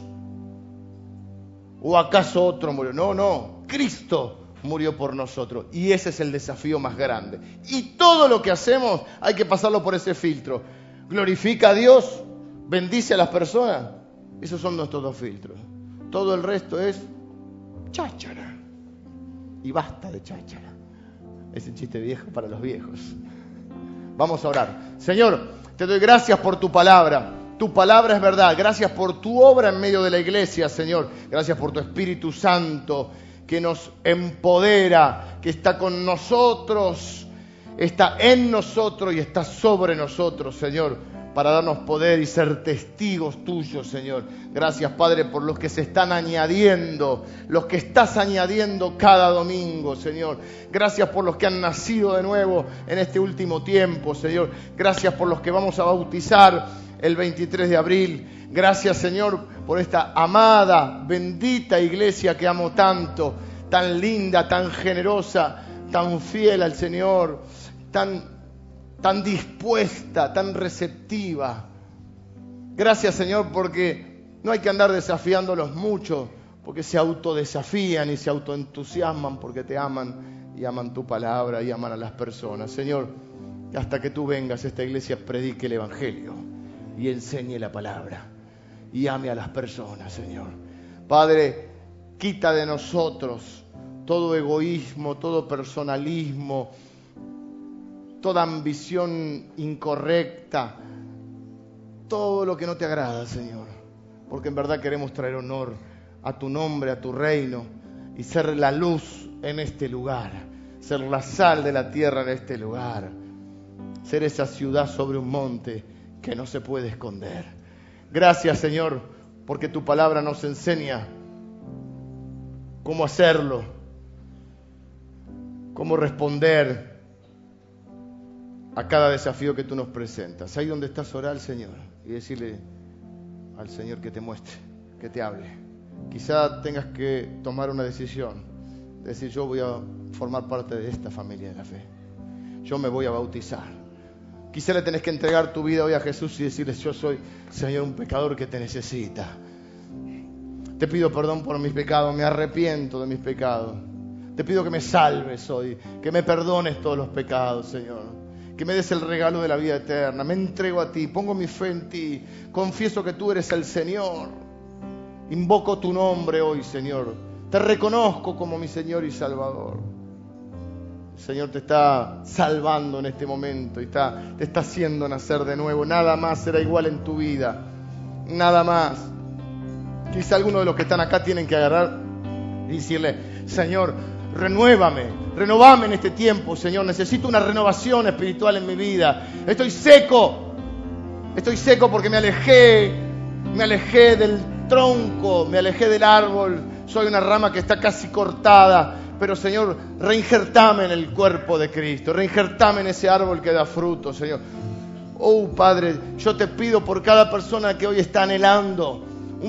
¿O acaso otro murió? No, Cristo murió por nosotros. Y ese es el desafío más grande. Y todo lo que hacemos hay que pasarlo por ese filtro. Glorifica a Dios, bendice a las personas. Esos son nuestros dos filtros. Todo el resto es cháchara. Y basta de cháchara. Ese chiste viejo para los viejos. Vamos a orar. Señor, te doy gracias por tu palabra. Tu palabra es verdad. Gracias por tu obra en medio de la iglesia, Señor. Gracias por tu Espíritu Santo que nos empodera, que está con nosotros, está en nosotros y está sobre nosotros, Señor, para darnos poder y ser testigos tuyos, Señor. Gracias, Padre, por los que se están añadiendo, los que estás añadiendo cada domingo, Señor. Gracias por los que han nacido de nuevo en este último tiempo, Señor. Gracias por los que vamos a bautizar el 23 de abril. Gracias, Señor, por esta amada, bendita iglesia que amo tanto, tan linda, tan generosa, tan fiel al Señor, tan dispuesta, tan receptiva. Gracias, Señor, porque no hay que andar desafiándolos mucho, porque se autodesafían y se autoentusiasman porque te aman y aman tu palabra y aman a las personas. Señor, hasta que tú vengas, esta iglesia predique el Evangelio y enseñe la palabra y ame a las personas, Señor. Padre, quita de nosotros todo egoísmo, todo personalismo, toda ambición incorrecta, todo lo que no te agrada, Señor. Porque en verdad queremos traer honor a tu nombre, a tu reino, y ser la luz en este lugar, ser la sal de la tierra en este lugar, ser esa ciudad sobre un monte que no se puede esconder. Gracias, Señor, porque tu palabra nos enseña cómo hacerlo, cómo responder a cada desafío que tú nos presentas. Ahí donde estás, orar al Señor y decirle al Señor que te muestre, que te hable. Quizá tengas que tomar una decisión, decir: yo voy a formar parte de esta familia de la fe, yo me voy a bautizar. Quizá le tenés que entregar tu vida hoy a Jesús y decirle: yo soy, Señor, un pecador que te necesita. Te pido perdón por mis pecados, me arrepiento de mis pecados. Te pido que me salves hoy, que me perdones todos los pecados, Señor. Que me des el regalo de la vida eterna. Me entrego a ti, pongo mi fe en ti. Confieso que tú eres el Señor. Invoco tu nombre hoy, Señor. Te reconozco como mi Señor y Salvador. El Señor te está salvando en este momento y te está haciendo nacer de nuevo. Nada más será igual en tu vida. Nada más. Quizá algunos de los que están acá tienen que agarrar y decirle: Señor, renuévame en este tiempo, Señor. Necesito una renovación espiritual en mi vida. Estoy seco porque me alejé del tronco, me alejé del árbol. Soy una rama que está casi cortada. Pero, Señor, reinjertame en el cuerpo de Cristo. Reinjertame en ese árbol que da fruto, Señor. Oh, Padre, yo te pido por cada persona que hoy está anhelando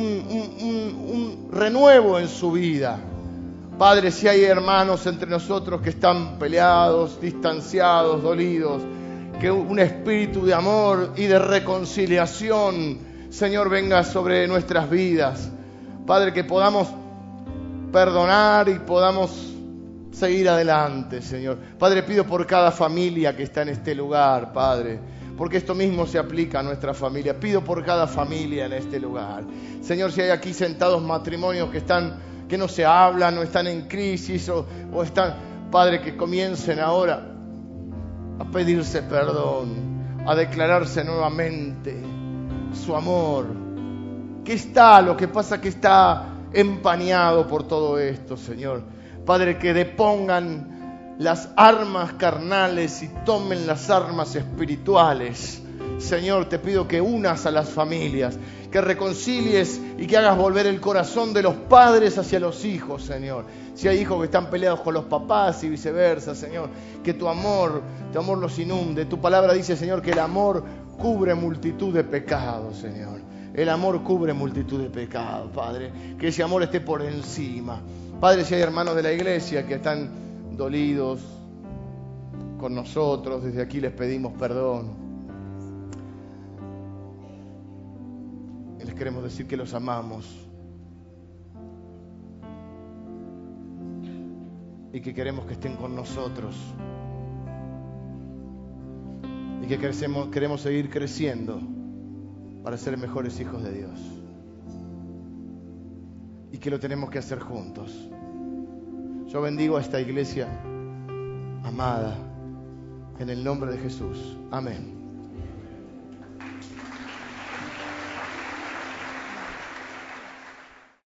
un renuevo en su vida. Padre, si hay hermanos entre nosotros que están peleados, distanciados, dolidos, que un espíritu de amor y de reconciliación, Señor, venga sobre nuestras vidas. Padre, que podamos perdonar y podamos seguir adelante, Señor. Padre, pido por cada familia que está en este lugar, Padre, porque esto mismo se aplica a nuestra familia. Pido por cada familia en este lugar. Señor, si hay aquí sentados matrimonios que no se hablan, o están en crisis, o están, Padre, que comiencen ahora a pedirse perdón, a declararse nuevamente su amor. Lo que pasa que está empañado por todo esto, Señor. Padre, que depongan las armas carnales y tomen las armas espirituales. Señor, te pido que unas a las familias, que reconcilies y que hagas volver el corazón de los padres hacia los hijos, Señor. Si hay hijos que están peleados con los papás y viceversa, Señor, que tu amor los inunde. Tu palabra dice, Señor, que el amor cubre multitud de pecados, Señor. El amor cubre multitud de pecados, Padre. Que ese amor esté por encima. Padre, si hay hermanos de la iglesia que están dolidos con nosotros, desde aquí les pedimos perdón. Y les queremos decir que los amamos. Y que queremos que estén con nosotros. Y que queremos seguir creciendo para ser mejores hijos de Dios. Y que lo tenemos que hacer juntos. Yo bendigo a esta iglesia amada en el nombre de Jesús. Amén.